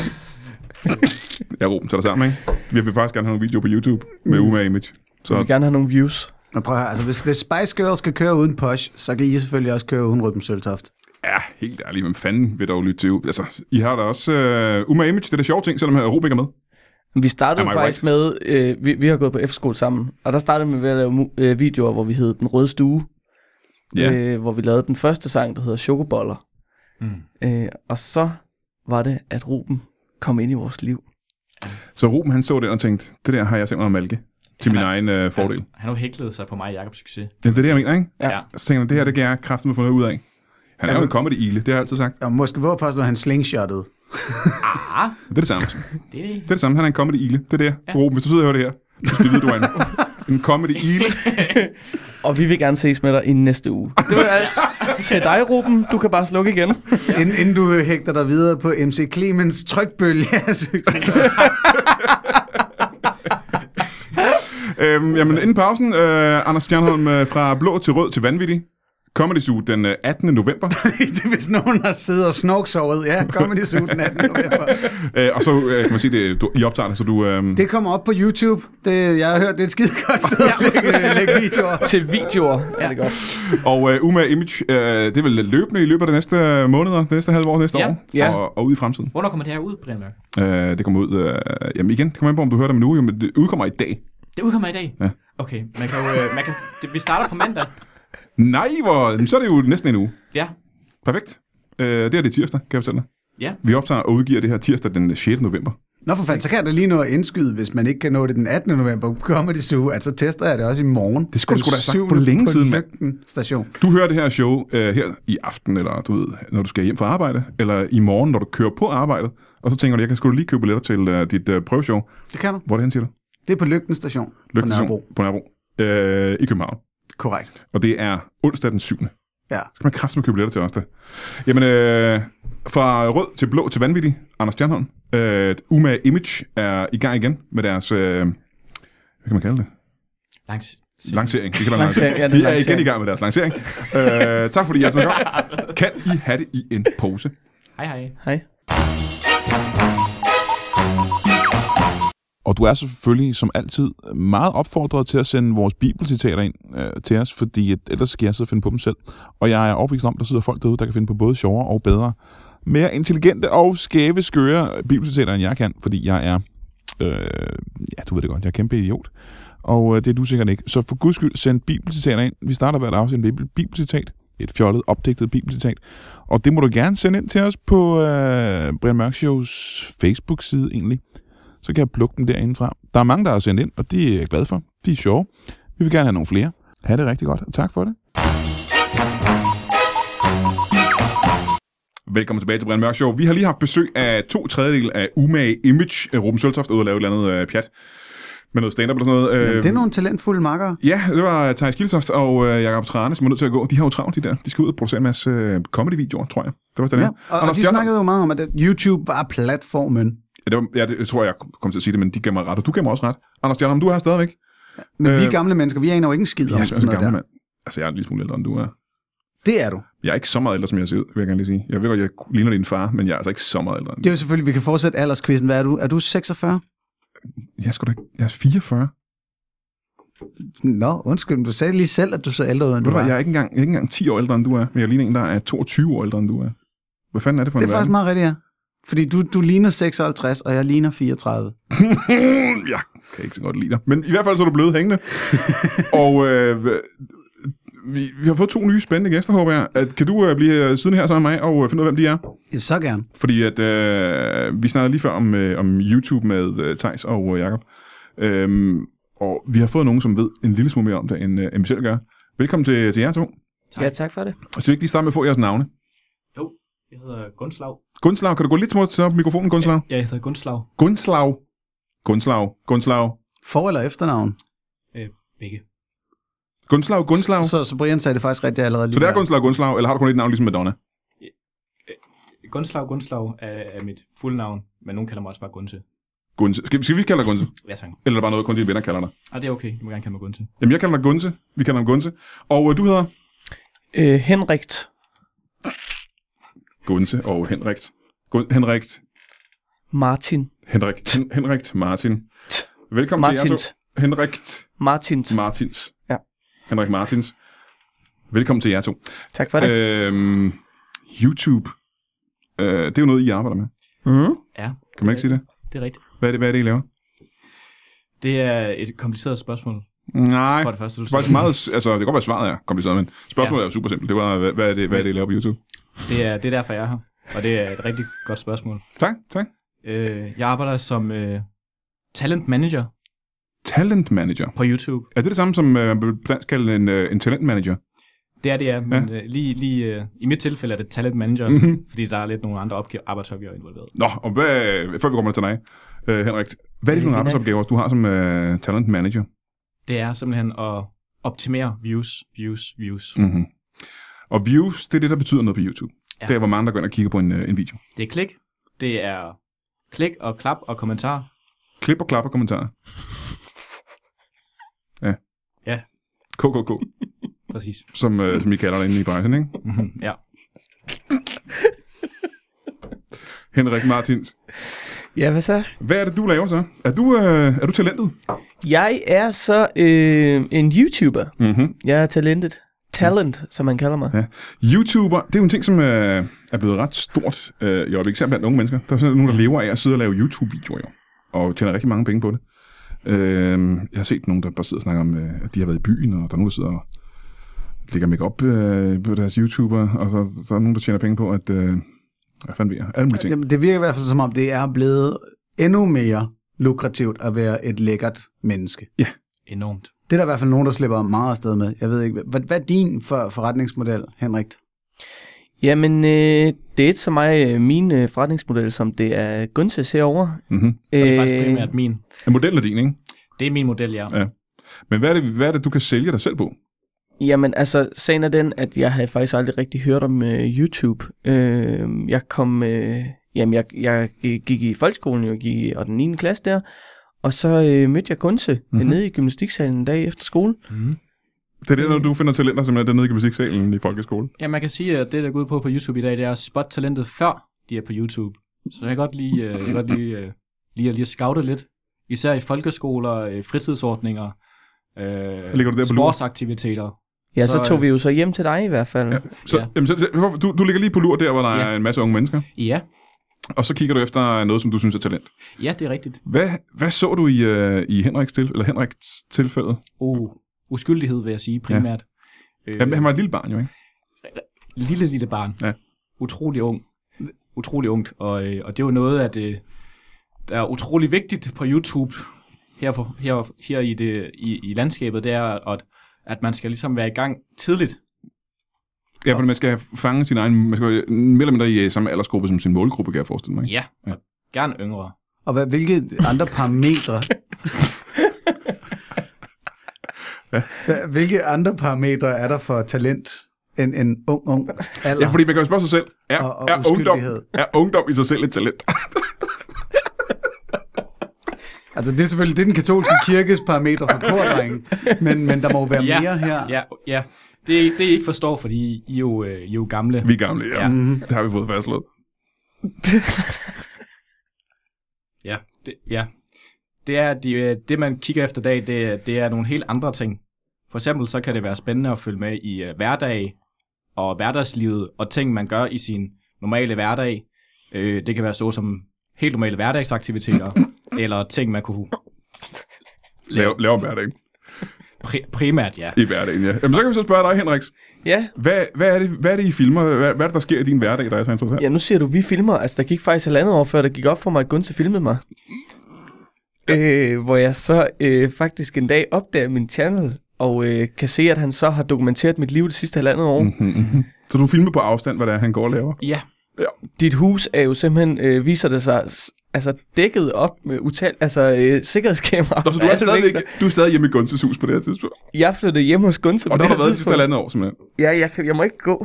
Ja, Ruben, tager dig sammen, ikke? Vi vil faktisk gerne have nogle videoer på YouTube med Umage Image. Så vi vil Så gerne have nogle views. Og prøv at høre, altså hvis, hvis Spice Girls skal køre uden Posh, så kan I selvfølgelig også køre uden Ruben Søltoft. ja, helt ærligt, hvem fanden vil dog lytte til? Altså, I har da også uh, Umage Image, det er da sjove ting, selvom Ruben ikke er med. Vi startede Am I faktisk med, øh, vi, vi har gået på efterskole sammen, og der startede vi med at lave mu- øh, videoer, hvor vi hed Den Røde Stue, Ja. øh, hvor vi lavede den første sang, der hedder Chokoboller. Mm. Øh, og så var det, at Ruben kom ind i vores liv. Så Ruben, han så det og tænkte, det der har jeg tænkt mig at malke til min Han er- egen uh, fordel. Han, han har jo hæklet sig på mig og Jacobs succes. Ja, det er det, jeg mener, ikke? Ja. Ja. Så tænker jeg, det her, det kan jeg kraftigt få noget ud af. Han er jo en comedy-ile, det har jeg altid sagt. Og måske hvor påstår han slingshottede. Ah, Det er det samme. det er det. Det er det samme, han er en comedy-ile. Det er det. Ja. Ruben, hvis du sidder og hører det her, så skal du vide, du er en, en comedy-ile. Og vi vil gerne ses med dig i næste uge. Det var alt til dig, Ruben. Du kan bare slukke igen. Inden, inden du hægter dig videre på M C Clemens trykbølge. øhm, jamen, inden pausen, øh, Anders Stjernholm øh, fra blå til rød til vanvittig. Comedy Zoo den øh, attende november. Det er, hvis nogen har siddet og snorksovet. Ja, Comedy Zoo den attende november. øh, og så øh, kan man sige, det, du, I optager det, så du... Øh, Det kommer op på YouTube. Det, jeg har hørt, det er et skide godt sted at lægge, lægge videoer. Til videoer er det godt. og øh, Umage Image, øh, det er vel løbende i løbet af de næste måneder, det næste halve år, næste Ja. år, Ja. og, og ud i fremtiden. Hvornår kommer det her ud, Brian Mørk? Øh, det kommer ud... Øh, jamen igen, det kommer ind på, om du hører det om en uge, jo, men det udkommer i dag. Det udkommer i dag? Ja. Okay, man kan jo... Øh, man kan, det, vi starter på mandag. Nej, hvor, jamen, så er det jo næsten en uge. Ja. Perfekt. Øh, det er det tirsdag, kan jeg fortælle dig. Ja. Vi optager og udgiver det her tirsdag den sjette november. Nå for fanden, så kan jeg da lige nå at indskyde, hvis man ikke kan nå det den attende november på Comedy Zoo. Altså tester jeg det også i morgen. Det skulle du Den sgu da have sagt for syvende længe på siden, mand. Lygten station. Du hører det her show øh, her i aften, eller du ved, når du skal hjem fra arbejde, eller i morgen, når du kører på arbejdet, og så tænker du, jeg kan sgu da lige købe billetter til uh, dit uh, prøveshow. Det kan du. Hvor er det hen, siger du? Det er på Lygten station. Lygten På Nørrebro. på Nørrebro. Øh, I København. Korrekt. Og det er onsdag den syvende. Ja. Så kan man kraftigt købe billetter til os der. Jamen, øh, fra rød til blå til vanvittig, Anders Stjernholm. Øh, Umage Image er i gang igen med deres, øh, hvad kan man kalde det? Langs. Lancering. Det kan man Lancering, ja, det er De er lancering. igen i gang med deres lancering. øh, tak fordi I er med. Kan I have det i en pose? Hej, hej. Hej. Og du er selvfølgelig som altid meget opfordret til at sende vores bibelcitater ind øh, til os, fordi at, ellers skal jeg sidde og finde på dem selv. Og jeg er overbevist om, at der sidder folk derude, der kan finde på både sjovere og bedre, mere intelligente og skæve, skøre bibelcitater, end jeg kan, fordi jeg er, øh, ja, du ved det godt, jeg er kæmpe idiot. Og øh, det er du sikkert ikke. Så for guds skyld, send bibelcitater ind. Vi starter hvert afsnit med et bibelcitat. Et fjollet, opdigtet bibelcitat. Og det må du gerne sende ind til os på øh, Brian Mørk Shows Facebook-side egentlig. Så kan jeg plukke dem derindefra. Der er mange, der har sendt ind, og de er jeg glad for. De er sjove. Vi vil gerne have nogle flere. Ha' det rigtig godt, og tak for det. Velkommen tilbage til Brian Mørk Show. Vi har lige haft besøg af to tredjedel af Umage Image. Ruben Søltoft ude at lave et eller andet uh, pjat med noget stand-up eller sådan noget. Jamen, det er nogle talentfulde makkere. Ja, det var Thijs Giltoft og uh, Jacob Trane, som er nødt til at gå. De har jo travlt, de der. De skal ud og producere en masse uh, comedy-videoer, tror jeg. Det var sådan, Ja, ja. og, og de snakkede jo meget om, at YouTube var platformen. Ja, det, var, ja, det jeg tror jeg, kom til at sige det, men de gav mig ret, og du gav mig også ret. Anders Stjernholm, du er her stadigvæk. Men øh, vi er Øh, gamle mennesker, vi aner jo ikke en skid Jeg om er sådan så noget gammel, der. mand. Altså, jeg er en lille smule ældre, end du er. Det er du. Jeg er ikke så meget ældre, som jeg ser ud, vil jeg gerne lige sige. Jeg ved godt, jeg ligner din far, men jeg er altså ikke så meget ældre. End Det er jo selvfølgelig, vi kan fortsætte alderskvisten. Hvad er du? Er du seksogfyrre? jeg er sgu da ikke. Jeg er fireogfyrre. Nå, undskyld, du sagde lige selv, at du så ældre ud, end Du du var. var. Jeg er ikke engang, jeg er ikke engang ti år ældre, end du er, men jeg ligner en, der er toogtyve år ældre, end du er. Hvad fanden er det for Det en er faktisk verden? meget rigtigt, ja. Fordi du, du ligner seksoghalvtreds, og jeg ligner fireogtredive. Jeg kan ikke så godt lide dig. Men i hvert fald så er du blevet hængende. Og øh, vi, vi har fået to nye spændende gæster, håber jeg. At, kan du øh, blive siden her sammen med mig og finde ud af, hvem de er? Så gerne. Fordi at, øh, vi snakkede lige før om, øh, om YouTube med øh, Theis og øh, Jacob. Øhm, og vi har fået nogen, som ved en lille smule mere om det, end, øh, end vi selv gør. Velkommen til, til jer to. Tak. Ja, tak for det. Og så vil vi ikke lige starte med at få jeres navne. Jo, jeg hedder Gunslav. Gunslav, kan du gå lidt små til mikrofonen, Gunslav? Ja, jeg hedder Gunslav. Gunslav. Gunslav. Gunslav. For- eller efternavn? Øh, begge. Gunslav, Gunslav. Så, så Brian sagde det faktisk rigtigt allerede lige Så det er der. Gunslav, Gunslav, eller har du kun et navn ligesom Madonna? Gunslav, Gunslav er, er mit fulde navn, men nogen kalder mig også bare Gunse. Gunse. Skal, skal vi kalde dig Gunse? Ja, tak. Eller er der bare noget, kun dine venner kalder dig? Ah, det er okay. Du må gerne kalde mig Gunse. Jamen, jeg kalder dig Gunse. Vi kalder dig Gunse. Og øh, du hedder? Øh, Henrigt. Gunse og Henrigt. Gun- Henrigt. Martin. Henrigt. Hen- Henrigt Martin. Velkommen til jer Martins. to. Henrigt Martins. Martins. Ja. Henrik Martins. Velkommen til jer to. Tak for det. Øhm, YouTube. Øh, det er jo noget, I arbejder med. Mm. Ja, Kan man ikke sige det? det er rigtigt. Hvad er det, hvad er det I laver? Det er et kompliceret spørgsmål. Nej, For det første, du det er faktisk meget, altså, det kan godt være svaret er kompliceret, men spørgsmålet ja. er jo super simpelt. Det var, hvad, hvad, er det, hvad er det, I laver på YouTube? Det er, det er derfor, jeg er her. Og det er et rigtig godt spørgsmål. Tak, tak. Øh, jeg arbejder som øh, talent manager Talent manager. på YouTube. Er det det samme, som øh, man på dansk kalder en, øh, en talent manager? Det er det, ja. Men ja. Øh, lige, lige øh, i mit tilfælde er det talent manager, Mhm. fordi der er lidt nogle andre opgaver, arbejdsopgaver involveret. Nå, og hvad, før vi kommer til dig, øh, Henrik. Hvad er det for nogle arbejdsopgaver, du har som øh, talent manager? Det er simpelthen at optimere views, views, views. Mm. Mm-hmm. Og views, det er det, der betyder noget på YouTube. Ja. Ja. Det er, hvor mange der går ind og kigger på en, øh, en video. Det er klik, det er klik og klap og kommentar. Klip og klap og kommentarer. Ja. Ja. K K K, Præcis. som, øh, som I kalder det inde i branchen, ikke? Mm-hmm. Ja. Henrik Martins. Ja, hvad så? Hvad er det, du laver så? Er du, øh, er du talentet? Jeg er så øh, en YouTuber. Mm-hmm. Jeg er talentet. Talent, som man kalder mig. Ja. YouTuber, det er jo en ting, som øh, er blevet ret stort øh, i øjeblikket, især blandt unge mennesker. Der er sådan nogen, der lever af at sidde og lave YouTube-videoer, jo, og tjener rigtig mange penge på det. Øh, jeg har set nogen, der bare sidder og snakker om, øh, at de har været i byen, og der er nogen, der sidder og lægger make-up øh, på deres YouTuber, og så, så er nogen, der tjener penge på, at... Øh, hvad fanden ved jeg? Alle mulige ting. Jamen, det virker i hvert fald som om, det er blevet endnu mere lukrativt at være et lækkert menneske. Enormt. Det er der i hvert fald nogen, der slipper meget afsted med. Jeg ved ikke, hvad, hvad er din for, forretningsmodel, Henrik? Jamen, øh, det er ikke så meget øh, min øh, forretningsmodel, som det er Gunse ser over. Mm-hmm. Så er det faktisk primært min. En model er din, ikke? Det er min model, ja. Ja. Men hvad er, det, hvad er det, du kan sælge dig selv på? Jamen, altså, sagen er den, at jeg havde faktisk aldrig rigtig hørt om øh, YouTube. Øh, jeg kom, øh, jamen, jeg, jeg gik i folkeskolen, jeg gik i og den niende klasse der, og så øh, mødte jeg Gunse Mhm. mm-hmm. nede i gymnastiksalen en dag efter skole. Mm. Det er det, når du finder talenter, simpelthen dernede i gymnastiksalen i folkeskolen. Ja, man kan sige, at det, der går ud på på YouTube i dag, det er at spotte talentet, før de er på YouTube. Så jeg kan godt lige, øh, jeg kan godt lige, øh, lige, lige at scoute lidt. Især i folkeskoler, øh, fritidsordninger, øh, Ligger du der på lur? sportsaktiviteter. Ja, så, Så, så tog øh, vi jo så hjem til dig i hvert fald. Ja. Ja. Så, Ja. jamen, så, så du, du ligger lige på lur der, hvor der Ja. er en masse unge mennesker, Ja, og så kigger du efter noget, som du synes er talent. ja, det er rigtigt. Hvad, hvad så du i, uh, i Henriks, til, eller Henriks tilfælde? Oh, uskyldighed, vil jeg sige, primært. Ja. Jamen, han var et lille barn jo, ikke? Lille, lille barn. Ja. Utrolig ung. Utrolig ungt. Og, øh, og det er jo noget, at, øh, der er utrolig vigtigt på YouTube, her, for, her, her i, det, i, i landskabet, det er, at, at man skal ligesom være i gang tidligt. Ja, for man skal have fanget sin egen, man skal være mere eller mindre i samme aldersgruppe som sin målgruppe, kan jeg forestille mig. Ikke? Ja, Ja. ja. Gerne yngre. Og hvad, hvilke andre parametre... Hvad- Hvilke andre parametre er der for talent end en ung, ung alder? Ja, fordi man kan jo spørge sig selv, er, Og- og er, ungdom, uskyldighed. er ungdom i sig selv et talent? Altså, det er selvfølgelig det er den katolske kirkes parametre for kordrengen, men, men der må jo være Ja, mere her. Ja, ja. Det, det I ikke forstår, fordi I er jo, øh, I er jo gamle. Vi er gamle, ja. Ja. Mm-hmm. Det har vi fået fastslået. Ja, det, ja. Det er de, det, man kigger efter i dag, det, det er nogle helt andre ting. For eksempel så kan det være spændende at følge med i uh, hverdag og hverdagslivet og ting, man gør i sin normale hverdag. Øh, det kan være så som helt normale hverdagsaktiviteter, eller ting, man kunne Lave, lave om hverdagen. pri- primært, ja. I hverdagen, ja. Jamen, så kan vi så spørge dig, Henriks. Ja. Hvad, hvad, er det, hvad er det, I filmer? Hvad, hvad er det, der sker i din hverdag, der er så interessant? Ja, nu siger du, vi filmer. Altså, der gik faktisk halvandet år før, der gik op for mig, at Gunther filmede mig. Ja. Øh, hvor jeg så øh, faktisk en dag opdager min channel, og øh, kan se, at han så har dokumenteret mit liv det sidste halvandet år. Mm-hmm, mm-hmm. Så du filmer på afstand, hvad det er, han går og laver? Ja. Ja. Dit hus er jo simpelthen, øh, viser det sig, altså dækket op med utal, altså øh, sikkerhedskamera. Nå, så du er, stadig, du er stadig hjemme i Gunses hus på det her tidspunkt? Jeg flyttede hjem hos Gunther på Og det der her har været de sidste tidspunkt. halvandet år, simpelthen? Ja, jeg, kan- jeg må ikke gå.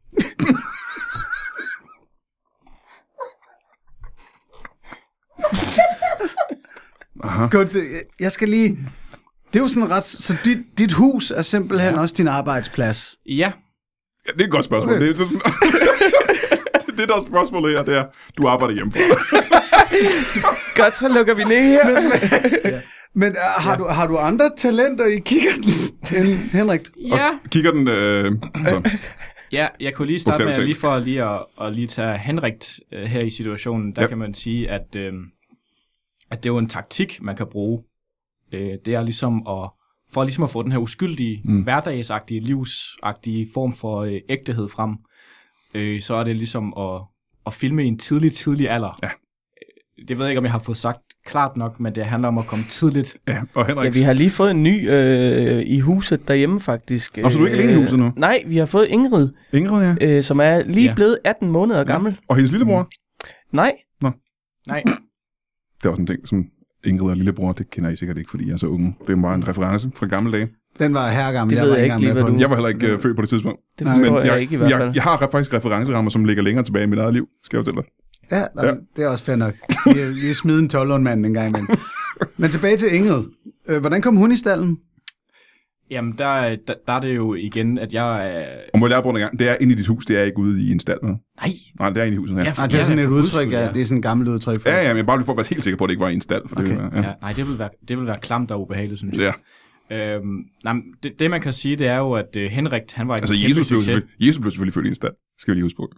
Aha. Gunther, jeg skal lige... Det er jo sådan ret... Så dit, dit hus er simpelthen ja. også din arbejdsplads. Ja. Ja, det er et godt spørgsmål. Okay. Det, er sådan, det, det, der er spørgsmålet her, det er, du arbejder hjemmefra. Godt, så lukker vi ned her. Men, men uh, har, ja. du, har du andre talenter i kikkerten end Henrik? Ja. Og kigger den... Øh, så. Ja, jeg kunne lige starte med, Bogstaveligt lige for lige at, at lige tage Henrik uh, her i situationen, der Ja. kan man sige, at, uh, at det er jo en taktik, man kan bruge. Uh, det er ligesom at, for ligesom at få den her uskyldige, mm. hverdagsagtige, livsagtige form for uh, ægtehed frem, uh, så er det ligesom at, at filme i en tidlig, tidlig alder. Ja. Det ved jeg ikke, om jeg har fået sagt klart nok, men det handler om at komme tidligt. Ja, og Henrik... Ja, vi har lige fået en ny øh, i huset derhjemme, faktisk. Og så er du ikke alene i huset nu? Nej, vi har fået Ingrid, Ingrid, ja. øh, som er lige Ja. blevet atten måneder gammel. Og hendes lillebror? Nej, Nej. Det er også en ting, som Ingrid og lillebror, det kender I sikkert ikke, fordi jeg er så unge. Det er bare en reference fra gamle dage. Den var herregammel. Det ved var jeg ikke engang lige, med hvad på du- den. Jeg var heller ikke øh, født på det tidspunkt. det forstår jeg, jeg ikke i hvert fald. Jeg, jeg har faktisk referencerammer, som ligger længere tilbage i mit eget liv, skal jeg fortælle dig. Ja, nej, Ja. ja, det er også fair nok. Vi er, vi er smide en tolv-årig-mand en gang imellem. Men tilbage til Ingrid. Øh, hvordan kom hun i stallen? Jamen, der, der, der er det jo igen, at jeg... Øh... Og må jeg lære på en gang, det er inde i dit hus, det er ikke ude i en stald. Med. Nej. Nej, det er inde i huset her. Ja, Ja, for- Nej, det er Ja, sådan et for guds udtryk, skyld, ja. ja. Det er sådan et gammelt udtryk for ja, ja, men bare lige for at være helt sikker på, at det ikke var i en stald. For Okay. det, ja. Ja, nej, det vil være, det vil være klamt og ubehageligt, synes jeg. Ja. Øhm, nej, men det, det, man kan sige, det er jo, at uh, Henrik, han var en Altså, kæmpe Jesus blev, succes. selvfølgelig, Jesus blev selvfølgelig født i en stald. Skal vi lige huske på.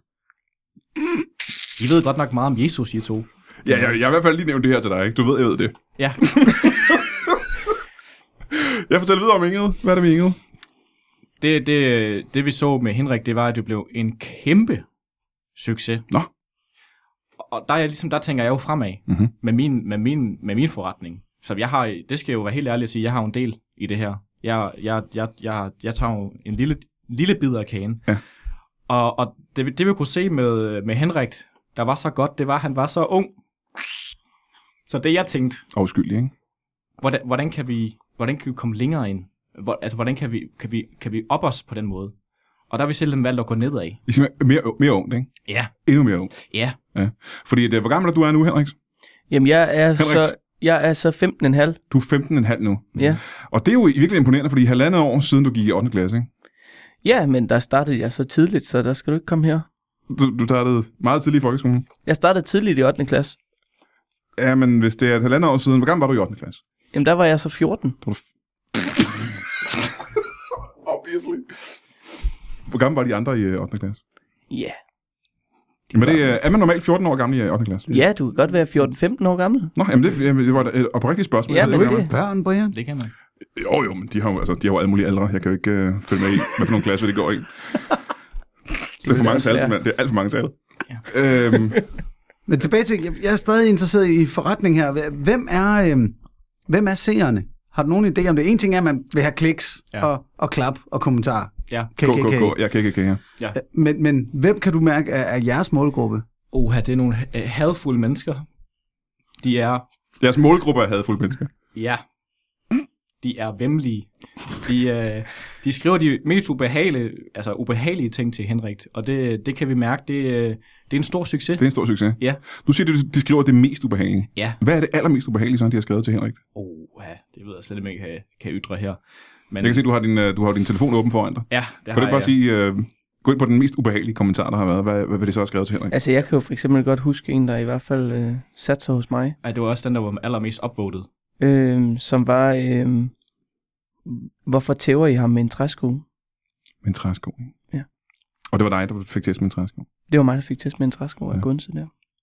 I ved godt nok meget om Jesus, I to. Ja, jeg, jeg har i hvert fald lige nævnt det her til dig, ikke? Du ved, jeg ved det. Ja. Jeg fortæller videre om Ingrid. Hvad er det med Ingrid? Det, det, det vi så med Henrik, det var, at det blev en kæmpe succes. Nå. Og der, er jeg ligesom, der tænker jeg jo fremad Mhm. med, min, med, min, med min forretning. Så jeg har, det skal jeg jo være helt ærlig at sige, jeg har jo en del i det her. Jeg, jeg, jeg, jeg, jeg tager jo en lille, lille bid af kagen. Ja. Og, og det, det vi kunne se med, med Henrik, der var så godt, det var, at han var så ung. Så det jeg tænkte, Afskyldig, ikke? hvordan, hvordan, kan, vi, hvordan kan vi komme længere ind? Hvor, altså, hvordan kan vi, kan, vi, kan vi op os på den måde? Og der har vi selv valgt at gå nedad. I siger mere, mere ungt, ikke? Ja. Endnu mere ung. Ja. Ja. Fordi det, hvor gammel er du er nu, Henrik? Jamen, jeg er, Henrik. så, jeg er så femten komma fem. Du er femten komma fem nu. Ja. Og det er jo virkelig imponerende, fordi halvandet år siden, du gik i ottende klasse, ikke? Ja, men der startede jeg så tidligt, så der skal du ikke komme her. Du, du startede meget tidligt i folkeskolen. Jeg startede tidligt i ottende klasse. Ja, men hvis det er et halvandet år siden, hvor gammel var du i ottende klasse? Jamen, der var jeg så fjorten. Der var du f- Obviously. Hvor gammel var de andre i ottende klasse? Ja. Men det, er man normalt fjorten år gammel i ottende klasse? Ja, du kan godt være fjorten femten år gammel. Nå, jamen det, jamen, det var et oprigtigt spørgsmål. Ja, Jeg ved men ikke, det- om- Børn, Brian? Det kan man. Jo, jo, men de har jo, altså, de har jo alle mulige aldre. Jeg kan jo ikke uh, følge med i, hvad for nogle klasser det går i. Det er for mange også tal, være. simpelthen. Det er alt for mange tal. Ja. Øhm, Men tilbage til, jeg, jeg er stadig interesseret i forretning her. Hvem er, øhm, hvem er seerne? Har du nogen idé om det? En ting er, at man vil have kliks Ja. og, og klap og kommentarer. Ja. K, K, K, K, K. K. Ja, K, K, K, ja. Ja. Men, men hvem kan du mærke er, er jeres målgruppe? Oha, det er nogle uh, hadfulde mennesker. De er, Jeres målgruppe er hadfulde mennesker. ja, de er vemmelige. De, uh, de skriver de mest ubehagelige, altså ubehagelige ting til Henrik, og det, det kan vi mærke, det, uh, det er en stor succes. Det er en stor succes. Ja. Du siger, at de skriver det mest ubehagelige. Ja. Hvad er det allermest ubehagelige, som de har skrevet til Henrik? Oha, det ved jeg slet ikke, om jeg kan, kan ytre her. Men, Jeg kan se, at du har din, øh, du har din telefon åben foran dig. ja, det Kan har du ikke bare jeg. sige, uh, gå ind på den mest ubehagelige kommentar, der har været. Hvad, hvad vil det så have skrevet til Henrik? Altså, jeg kan jo for eksempel godt huske en, der i hvert fald øh, satte sig hos mig, Ej, det var også den, der var allermest upvoted. øh, som var, øh, hvorfor tæver I ham med en træsko? Med en træsko. ikke? Ja. Og det var dig, der fik test med en træsko. Det var mig, der fik test med en træsko af Ja. Gunse der.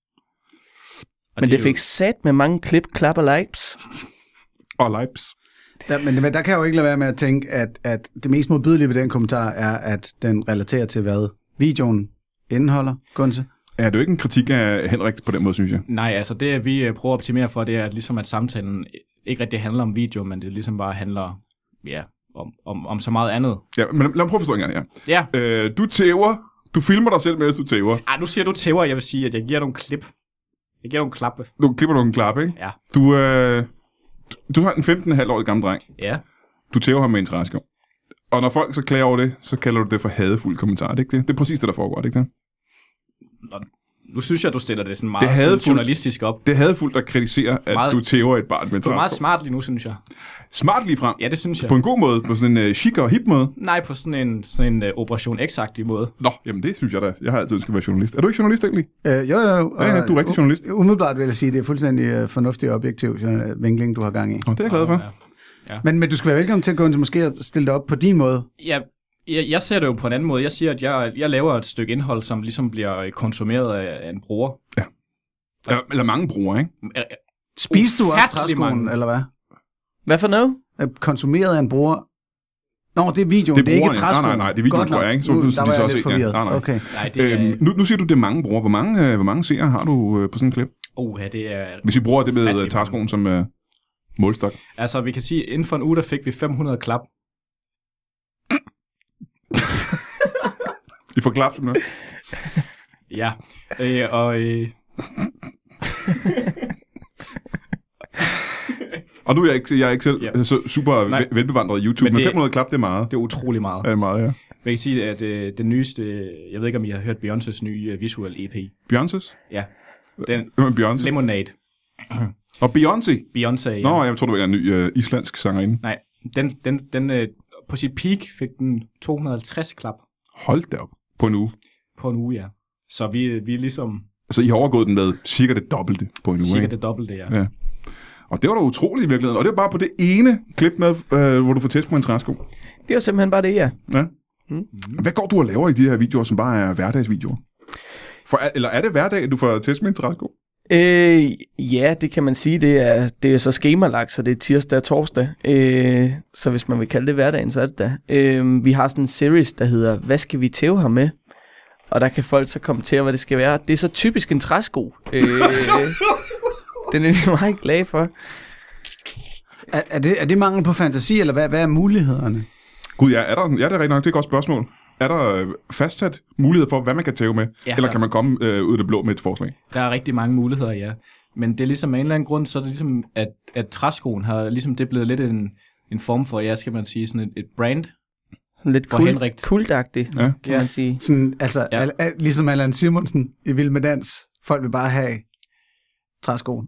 Men det, det fik jo... sat med mange klip, klap og likes. Og likes. Der, men, men der kan jeg jo ikke lade være med at tænke, at, at det mest modbydelige ved den kommentar er, at den relaterer til, hvad videoen indeholder, Gunse. Er det jo ikke en kritik af Henrik på den måde, synes jeg? Nej, altså det, vi prøver at optimere for, det er ligesom, at samtalen ikke rigtig handler om video, men det ligesom bare handler ja, om, om, om så meget andet. Ja, men lad mig prøve at forstå en gang her. Ja. Øh, du tæver, du filmer dig selv, mens du tæver. Ej, nu siger du tæver, jeg vil sige, at jeg giver nogle klip. Jeg giver nogle klappe. Du klipper nogle klappe, ikke? Ja. Du, øh, du har en femten komma fem årig gammel dreng. Ja. Du tæver ham med en træsko. Og når folk så klager over det, så kalder du det for hadefuld kommentar, det ikke det? Det er præcis det, der foregår, det ikke det? Nå, nu synes jeg, du stiller det sådan meget det sådan journalistisk op. Det er hadefuldt at kritisere, at meget, du tæver et barn med en træsko. Du er meget smart lige nu, synes jeg. Smart lige frem? Ja, det synes jeg. På en god måde? På sådan en uh, chic og hip måde? Nej, på sådan en, sådan en uh, Operation X-agtig måde. Nå, jamen det synes jeg da. Jeg har altid ønsket at være journalist. Er du ikke journalist egentlig? Øh, jo, jo. Ja, ja, du er rigtig journalist. U- umiddelbart vil jeg sige, det er fuldstændig uh, fornuftig og objektiv uh, vinkling, du har gang i. Nå, det er jeg glad for. Ja, ja. Men, men du skal være velkommen til at gå ind til måske at stille dig op på din måde. Ja, jeg, jeg ser det jo på en anden måde. Jeg siger, at jeg, jeg laver et stykke indhold, som ligesom bliver konsumeret af en bruger. Ja. Eller, eller mange brugere, ikke? Spiser du også Ufattelig træskoen, mange. eller hvad? Hvad for noget? Konsumeret af en bruger. Nå, det er videoen, Det er det er ikke brugeren. træskoen. Nej, nej, nej, det er videoen, Godt tror jeg, nok. ikke? Så, Nu, så, der de var så jeg også lidt se, ja. forvirret. Nej, nej. Okay. Nej, det er... Øhm, nu, nu siger du, det er mange brugere. Hvor mange, øh, hvor mange seere har du øh, på sådan en klip? Oh, ja, det er... Hvis vi bruger det med Ufattelig øh, træskoen som øh, målstok. Altså, vi kan sige, at inden for en uge, der fik vi fem hundrede klap. I får klap, simpelthen. Ja, øh, og... Øh... Og nu er jeg ikke, jeg er ikke selv Ja. så super Nej. velbevandret i YouTube, men, Men men det- fem hundrede klap, det er meget. Det er utrolig meget. Det er meget, ja. Jeg kan sige, at øh, den nyeste... Jeg ved ikke, om I har hørt Beyoncés nye øh, visual E P. Beyoncé's? Ja. Den Hvem er Beyoncé? Lemonade. Og Beyoncé? Beyoncé, ja. Nå, jeg tror, det var en ny øh, islandsk sangerinde. Nej, den, den, den øh, på sit peak fik den to hundrede og halvtreds klap Hold da op. På en uge. på en uge, ja. Så vi, vi er ligesom Altså, I har overgået den med cirka det dobbelte på en uge, cirka ikke? det dobbelte, ja. Ja. Og det var da utroligt i virkeligheden. Og det var bare på det ene klip med, øh, hvor du får test på en træsko. Det var simpelthen bare det, ja. Ja. Mm. Hvad går du og laver i de her videoer, som bare er hverdagsvideoer? For, eller er det hverdag, at du får test med en træsko? Øh, ja, det kan man sige. Det er, det er så skemalagt, så det er tirsdag og torsdag. Øh, så hvis man vil kalde det hverdagen, så er det da. Øh, vi har sådan en series, der hedder, hvad skal vi tæve ham med? Og der kan folk så kommentere, hvad det skal være. Det er så typisk en træsko. Øh, den er jeg meget glad for. Er, er, det, er det mangel på fantasi, eller hvad, hvad er mulighederne? Gud, ja, er der, ja, det er rigtigt nok. Det er et godt spørgsmål. Er der øh, fastsat mulighed for, hvad man kan tæve med? Ja, Eller der- kan man komme øh, ud af det blå med et forslag? Der er rigtig mange muligheder, ja. Men det er ligesom af en eller anden grund, så er det ligesom, at, at træskoen har ligesom, det er blevet lidt en, en form for, ja, skal man sige, sådan et, et brand. Sådan lidt For kult, Henrik. kultagtigt, Ja. kan man sige. Sådan, altså, Ja. ja. al, al, ligesom Allan Simonsen i Vild med Dans. Folk vil bare have træskoen.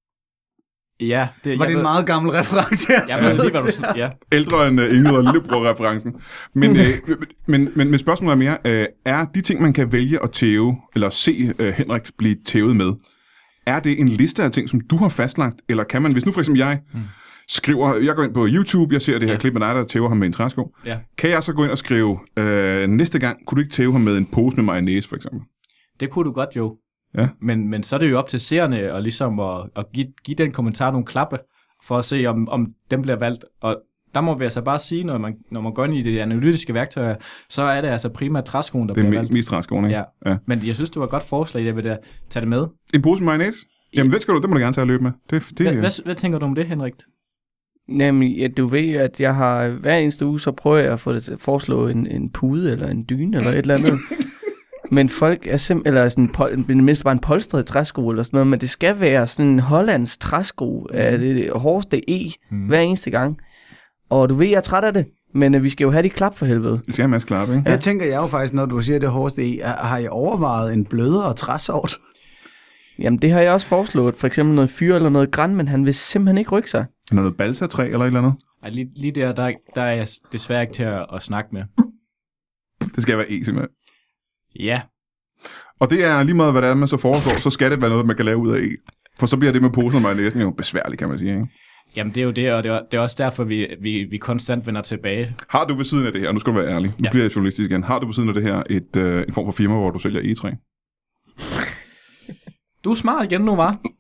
Ja, det, Var jeg det en ved, meget gammel reference? jeg ved lige, hvad du siger. Ja. Ældre end uh, Ingrid og Lillebror-referencen. Men, øh, men, men, men spørgsmålet er mere, øh, er de ting, man kan vælge at tæve, eller se øh, Henrik blive tævet med, er det en liste af ting, som du har fastlagt, eller kan man, hvis nu for eksempel jeg mm. skriver, jeg går ind på YouTube, jeg ser det her Ja. klip med dig, der tæver ham med en træsko, Ja. kan jeg så gå ind og skrive, øh, næste gang, kunne du ikke tæve ham med en pose med mayonnaise, for eksempel? Det kunne du godt jo. Ja. Men, men så er det jo op til seerne og ligesom at, at give, give den kommentar nogle klappe, for at se, om, om dem bliver valgt. Og der må vi altså bare sige, når man, når man går ind i det analytiske værktøj, så er det altså primært træskoen, der Det er bliver me- valgt. mest træskoen, ikke? Ja. Ja. Men jeg synes, det var et godt forslag, jeg vil da tage det med. En pose med mayonnaise? Jamen, det skal du, det må du gerne tage at løbe med. Det, det, Hvad, hvad, hvad tænker du om det, Henrik? Jamen, ja, du ved, at jeg har hver eneste uge, så prøver jeg at få det til at foreslå en, en pude eller en dyne eller et eller andet. Men folk er simpelthen, eller sådan, pol, mindst bare en polstret træsko eller sådan noget, men det skal være sådan en hollands træsko af det hårdeste E mm. hver eneste gang. Og du ved, jeg er træt af det, men uh, vi skal jo have de klap for helvede. det skal have en masse klap, ikke? Ja. Jeg tænker jeg jo faktisk, når du siger det hårdeste i, er- har I overvejet en blødere træsort? Jamen, det har jeg også foreslået. For eksempel noget fyr eller noget græn, men han vil simpelthen ikke rykke sig. Noget balsatræ eller et eller andet? Ej, lige, lige der, der, der er jeg desværre ikke til at, at snakke med. Det skal være E, simpelthen. Ja, Og det er lige meget, hvad det er, man så foreslår, så skal det være noget, man kan lave ud af E. For så bliver det med posen og mayonnaisen jo besværligt, kan man sige, ikke? jamen det er jo det, og det er, det er også derfor, vi, vi, vi konstant vender tilbage. Har du ved siden af det her, nu skal du være ærlig, nu Ja. bliver jeg journalistisk igen, har du ved siden af det her et, øh, en form for firma, hvor du sælger egetræ? Du er smart igen nu, var.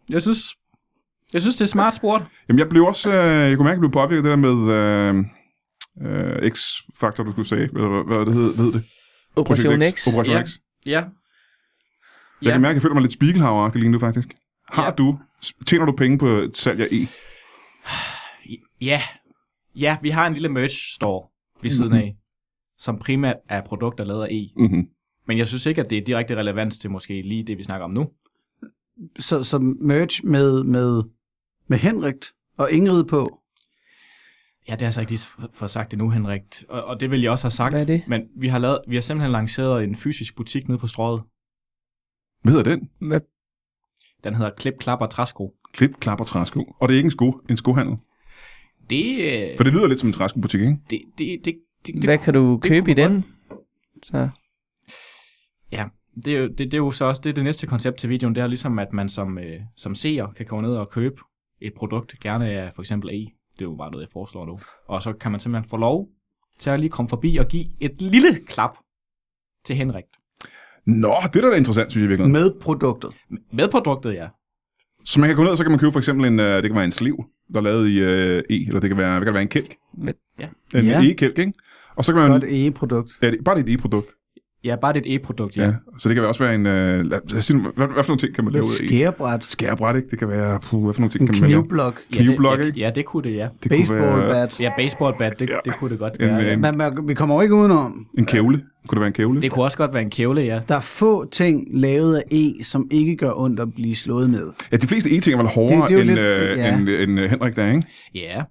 Jeg synes, jeg synes det er smart spurgt. Jamen, jeg blev også, øh, jeg kunne mærke, at jeg blev påvirket det der med øh, øh, X-faktor, du skulle sige. Hvad, hvad det hed, hvad hed det? Operation X. Operation Ja. X. Ja. Jeg Ja. kan mærke, at jeg føler mig lidt Spiegelhauer-agtig lige nu, faktisk. Har Ja. du, tjener du penge på et salg af E? Ja. Ja, vi har en lille merch store ved siden af, som primært er produkter lavet af E. Mm-hmm. Men jeg synes ikke, at det er direkte relevant til måske lige det, vi snakker om nu. Så, så merch med, med, med Henrik og Ingrid på. Ja, det har jeg så ikke lige for sagt endnu, Henrik. Og, og det vil jeg også have sagt. Hvad er det? Men vi har, lavet, vi har simpelthen lanceret en fysisk butik nede på Strøget. Hvad hedder den? Hvad? Den hedder Klip, Klap og Træsko. Klip, klap og træsko. Og det er ikke en sko, en skohandel. Det, øh, For det lyder lidt som en træskobutik, ikke? det, det, det, det, det, Hvad kan du det købe i kunne den? Så. Ja, det er, jo, det, det er jo så også det, er det næste koncept til videoen. Det er ligesom, at man som, øh, som seer kan komme ned og købe et produkt, gerne af for eksempel E. Det er jo bare noget, jeg foreslår nu. Og så kan man simpelthen få lov til at lige komme forbi og give et lille klap til Henrik. Nå, det er da interessant, synes jeg virkelig. Med produktet. Med produktet, ja. Så man kan gå ned, og så kan man købe for eksempel en, uh, det kan være en sliv, der er lavet i uh, E, eller det kan være, det kan være en kælk. Men, En Ja. E-kælk, ikke? Og så kan man... Godt E-produkt. Ja, det, bare det er et E-produkt. Ja, bare det er et E-produkt, ja. Ja. ja. Så det kan også være en... Uh, lad, lad os sige, hvad, hvad for nogle ting kan man lave ud af E? Skærebræt. Skærebræt, ikke? Det kan være... Puh, hvad for nogle ting En kan man lave? knivblok. Knivblok, ja, det, ikke? ja, det kunne det, ja. Det kunne være Baseballbat. Ja, baseballbat, det, Ja. det kunne det godt En, være. Ja. en, Men man- vi kommer jo ikke udenom. en kævle. Kunne det være en kævle? Det kunne også godt være en kævle, ja. Der er få ting lavet af E, som ikke gør ondt at blive slået ned. Ja, de fleste E-ting er vel hårdere Det- det er jo end, lidt- øh, ja. end, end øh, Henrik der, ikke? Ja.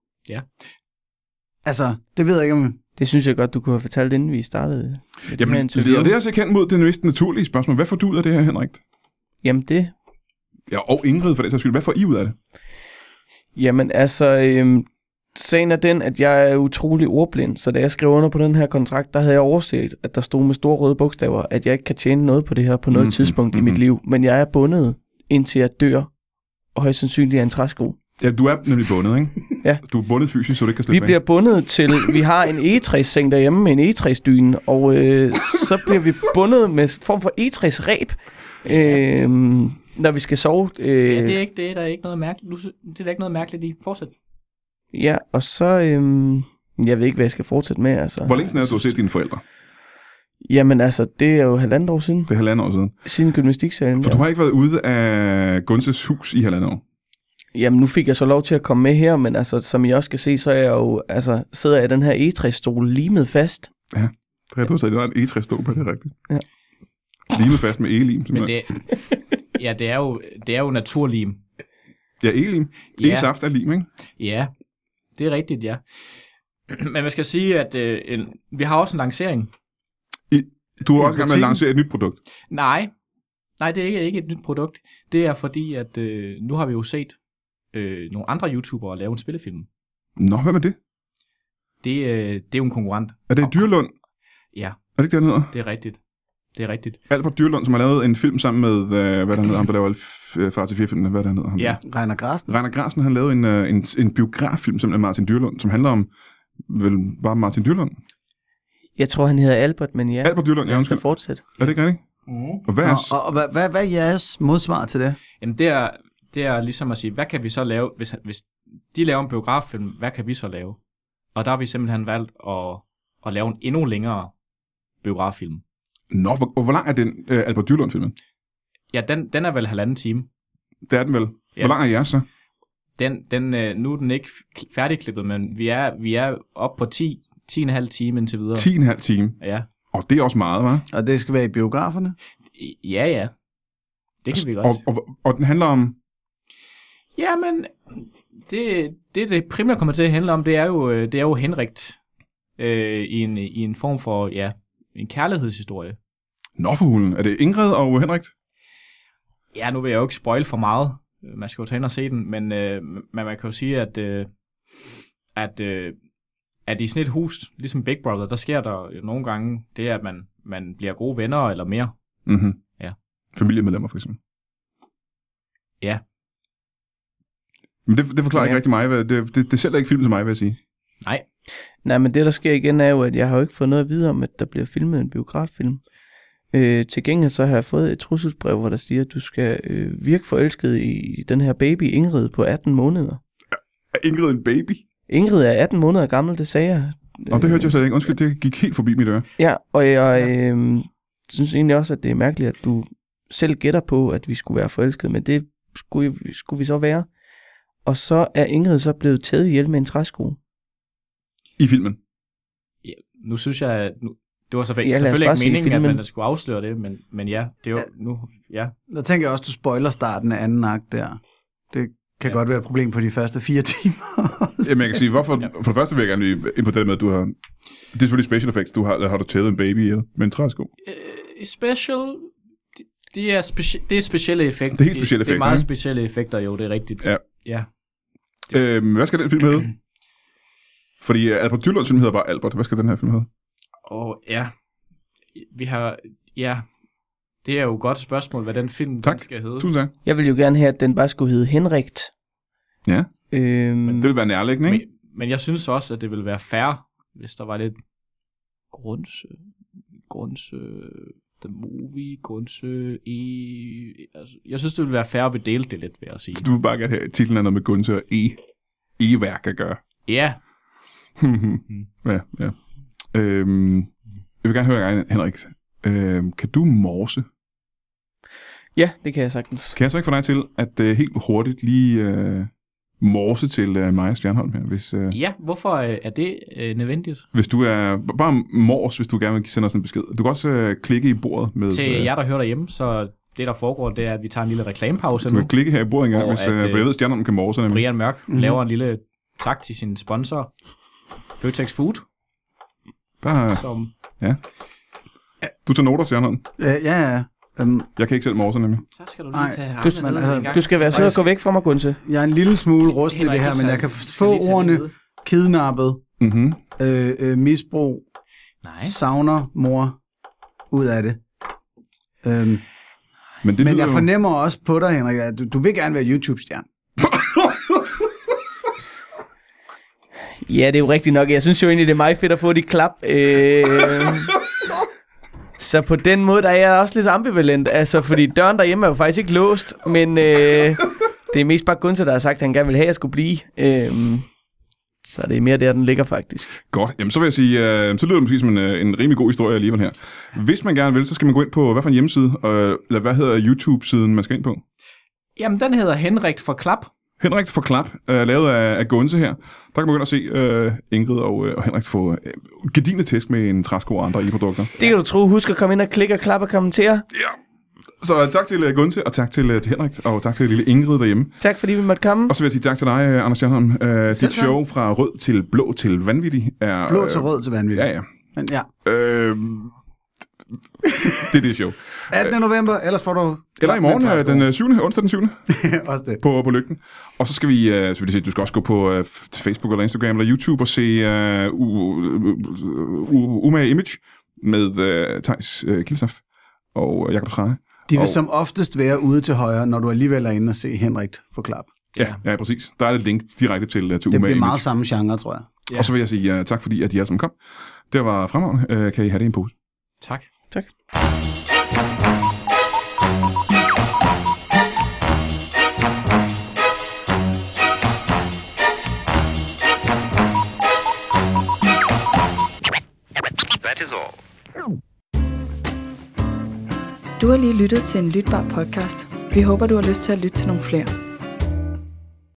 Altså, det ved jeg ikke om... det synes jeg godt, du kunne have fortalt, inden vi startede. med det her Jamen, interview. leder det altså ikke hen mod det mest naturlige spørgsmål. Hvad får du ud af det her, Henrik? Jamen det... Ja, og Ingrid for det sags skyld. Hvad får I ud af det? Jamen altså, øhm, sagen er den, at jeg er utrolig ordblind, så da jeg skrev under på den her kontrakt, der havde jeg overset, at der stod med store røde bogstaver, at jeg ikke kan tjene noget på det her på noget Mhm, tidspunkt mhm. i mit liv, men jeg er bundet, indtil jeg dør, og højst sandsynligt er en træsko. Ja, du er nemlig bundet, ikke? Ja. Du er bundet fysisk, så du ikke kan Vi slippe bliver bundet til, vi har en egetræsseng derhjemme med en egetræsdyne, og øh, så bliver vi bundet med en form for egetræsræb, øh, når vi skal sove. Øh, Ja, det er ikke det, er der ikke noget mærkeligt. Nu sy- Det er der ikke noget mærkeligt i. Fortsæt. ja, og så, øh, jeg ved ikke, hvad jeg skal fortsætte med. Altså. Hvor længe siden er det, du har set dine forældre? Jamen altså, det er jo halvandet år siden, Det er halvandet år siden. siden gymnastiksalen. For du har ikke været ude af Gunses hus i halvandet år. Jamen, nu fik jeg så lov til at komme med her, men altså, som I også kan se, så er jeg jo, altså, sidder jeg i den her egetræsstol limet fast. Ja, det har du sagt, det er en egetræsstol på, det er rigtigt. Ja. Limet fast med egelim. Men det, ja, det er jo, det er jo naturlim. Ja, egelim. Ja. E-saft er lim, ikke? Ja, det er rigtigt, ja. Men man skal sige, at øh, en, vi har også en lancering. Du er I også gang med at butikken? lancere et nyt produkt. Nej, nej, det er ikke, ikke et nyt produkt. Det er fordi, at øh, nu har vi jo set øh, nogle andre YouTubere lave en spillefilm. Nå, hvad med det? Det, øh, det er jo en konkurrent. Er det Dyrlund? Ja, Er det ikke det, han hedder? det er rigtigt. Det er rigtigt. Albert Dyrlund, som har lavet en film sammen med, øh, hvad der hedder, ham der laver alle f- øh, Far til fire-filmene, hvad der hedder ham. Ja, Reiner Grasten. Rainer Grasten, han lavede en, øh, en, en biograffilm, simpelthen Martin Dyrlund, som handler om, vel, bare Martin Dyrlund? Jeg tror, han hedder Albert, men ja. Albert Dyrlund, ja, Lad os da undskyld. fortsætte. Er det ikke rigtigt? mm. Og hvad er, Og, og, og hvad, hvad, hvad er jeres modsvar til det? Jamen det er, det er ligesom at sige, hvad kan vi så lave, hvis, hvis de laver en biograffilm, hvad kan vi så lave? Og der har vi simpelthen valgt at, at lave en endnu længere biograffilm. Nå, hvor, hvor lang er den øh, Albert Dyrlund-filmen? Ja, den, den er vel halvanden time. Det er den vel. Hvor Ja. lang er jeres så? Den, den, øh, nu er den ikke k- færdigklippet, men vi er, vi er oppe på ti, ti og en halv time indtil videre. ti komma fem time. Ja. Og det er også meget, hva'? Og det skal være i biograferne? I- Ja, ja. Det kan vi godt. Og, og, og den handler om... Jamen, det, det, det primært kommer til at handle om, det er jo, øh, det er jo Henrik øh, i, en, i en form for, ja, en kærlighedshistorie. Nå for hulen. Er det Ingrid og Henrik? Ja, nu vil jeg jo ikke spoil for meget. Man skal jo tage ind og se den, men, øh, men man kan jo sige, at, øh, at, øh, at i sådan et hus, ligesom Big Brother, der sker der jo nogle gange det, at man, man bliver gode venner eller mere. Mhm. Ja. Familiemedlemmer, for eksempel. Ja. Men det, det forklarer Ja. ikke rigtig mig. Hvad, det, det, det sælger ikke film til mig, vil jeg sige. Nej. Nej, men det, der sker igen, er jo, at jeg har jo ikke fået noget at vide om, at der bliver filmet en biograffilm. Øh, til gengæld så har jeg fået et trusselsbrev, hvor der siger, at du skal øh, virke forelsket i den her baby Ingrid på atten måneder. Er Ingrid en baby? Ingrid er atten måneder gammel, det sagde jeg. Og det hørte jeg slet ikke. Undskyld, det gik helt forbi mit øre. Ja, og jeg øh, synes egentlig også, at det er mærkeligt, at du selv gætter på, at vi skulle være forelskede, men det skulle, skulle vi så være. Og så er Ingrid så blevet taget ihjel med en træsko. I filmen? Ja, nu synes jeg, at nu, det var så Ja, selvfølgelig ikke meningen, filmen. at man skulle afsløre det, men, men ja, det er jo nu, ja. Der tænker jeg også, du spoiler starten af anden akt der. Det kan ja. godt være et problem på de første fire timer. Jamen, jeg kan sige, hvorfor, for det første vil jeg gerne blive ind på det med, at du har, det er selvfølgelig special effects, du har, har du taget en baby ihjel med en træsko. Uh, special, det, det, er speci- det er specielle effekter. Det er helt specielle effekter, Det er meget ikke? specielle effekter, jo, det er rigtigt. Ja. Ja. Øhm, hvad skal den film hedde? Fordi Albert Dyrlunds film hedder bare Albert. Hvad skal den her film hedde? Og ja, vi har, ja, det er jo et godt spørgsmål, hvad den film Tak. den skal hedde. Tusind tak. Jeg vil jo gerne have, at den bare skulle hedde Henrigt. Ja, Øhm, det vil være nærliggende, Men, ikke? men jeg synes også, at det ville være fair, hvis der var lidt grundsø, grundsø, the movie, grundsø, i, altså, jeg synes, det ville være fair, at vi delte det lidt, vil jeg sige. Så du vil bare gerne have titlen af noget med Gunther og E. E-værk at gøre. Ja. ja, ja. Øhm, jeg vil gerne høre dig, Henrik. Øhm, kan du morse? ja, det kan jeg sagtens. Kan jeg så ikke få dig til at uh, helt hurtigt lige uh, morse til uh, Maja Stjernholm her, hvis, uh, Ja, hvorfor øh, er det øh, nødvendigt? hvis du er bare mors, hvis du gerne vil sende os en besked. Du kan også uh, klikke i bordet med... Til uh, jer, der hører derhjemme, så det, der foregår, det er, at vi tager en lille reklamepause Du nu. kan klikke her i bordet engang, Og hvis, at, uh, for jeg øh, ved, Stjernholm kan morse nemlig. Brian Mørk mm-hmm. laver en lille tak til sin sponsor, Føtex Food, Bare, som... ja. Du tager noter, Stjernholm. Ja, ja, ja. Um, Jeg kan ikke selv morse nemlig. Så skal du Nej, lige tage du- armene men ned altså, en gang. Du skal være sød og gå væk fra mig, Gunther. jeg er en lille smule rustet i det her, men jeg kan få ordene kidnappet, Mhm. øh, øh, misbrug, Nej. savner, mor, ud af det. Øhm, Men det men lyder jeg jo- fornemmer også på dig, Henrik, at du, du vil gerne være YouTube-stjerne. Ja, det er jo rigtigt nok. Jeg synes jo egentlig, det er meget fedt at få de klap. Øh, så på den måde, der er jeg også lidt ambivalent. Altså, fordi døren derhjemme er jo faktisk ikke låst, men øh, det er mest bare Gunther, der har sagt, at han gerne vil have, at jeg skulle blive. Øh, så det er mere der, den ligger faktisk. Godt. Jamen, så vil jeg sige, øh, så lyder det måske som en, øh, en rimelig god historie alligevel her. Hvis man gerne vil, så skal man gå ind på, hvad for en hjemmeside, øh, eller hvad hedder YouTube-siden, man skal ind på? Jamen, den hedder Henrik for Klap. Henrik for Klap, øh, lavet af, af Gunse her. Der kan man gå ind og se øh, Ingrid og, øh, og Henrik få øh, gedigne tæsk med en træsko og andre i-produkter. Det kan du tro. Husk at komme ind og klikke og klappe og kommentere. Så øh, tak til uh, Gunse, og tak til, uh, til Henrik, og tak til lille Ingrid derhjemme. Tak fordi vi måtte komme. Og så vil jeg sige tak til dig, uh, Anders Stjernholm. Uh, dit tak. show fra rød til blå til vanvittig er... Blå til rød til vanvittigt. Ja, ja. Men ja, Øh, det er det show. attende november, ellers får du... Eller i morgen, øh, den øh, syvende onsdag den syvende også det. på, på Lygten. Og så skal vi, øh, så vil jeg sige, du skal også gå på øh, Facebook eller Instagram eller YouTube og se øh, Umage Image med øh, Theis øh, Kilsaft og Jakob Schreie. De vil Og- som oftest være ude til højre, når du alligevel er inde og se Henrik få klap. Ja, ja, præcis. Der er et link direkte til, øh, til Det, Umage det er meget Image. samme genre, tror jeg. Ja. Og så vil jeg sige uh, tak, fordi at I alle sammen kom. Det var fremragende. Uh, kan I have det i en pose? Tak. Tak. That is all. Du har lige lyttet til en lytbar podcast. Vi håber, du har lyst til at lytte til nogle flere.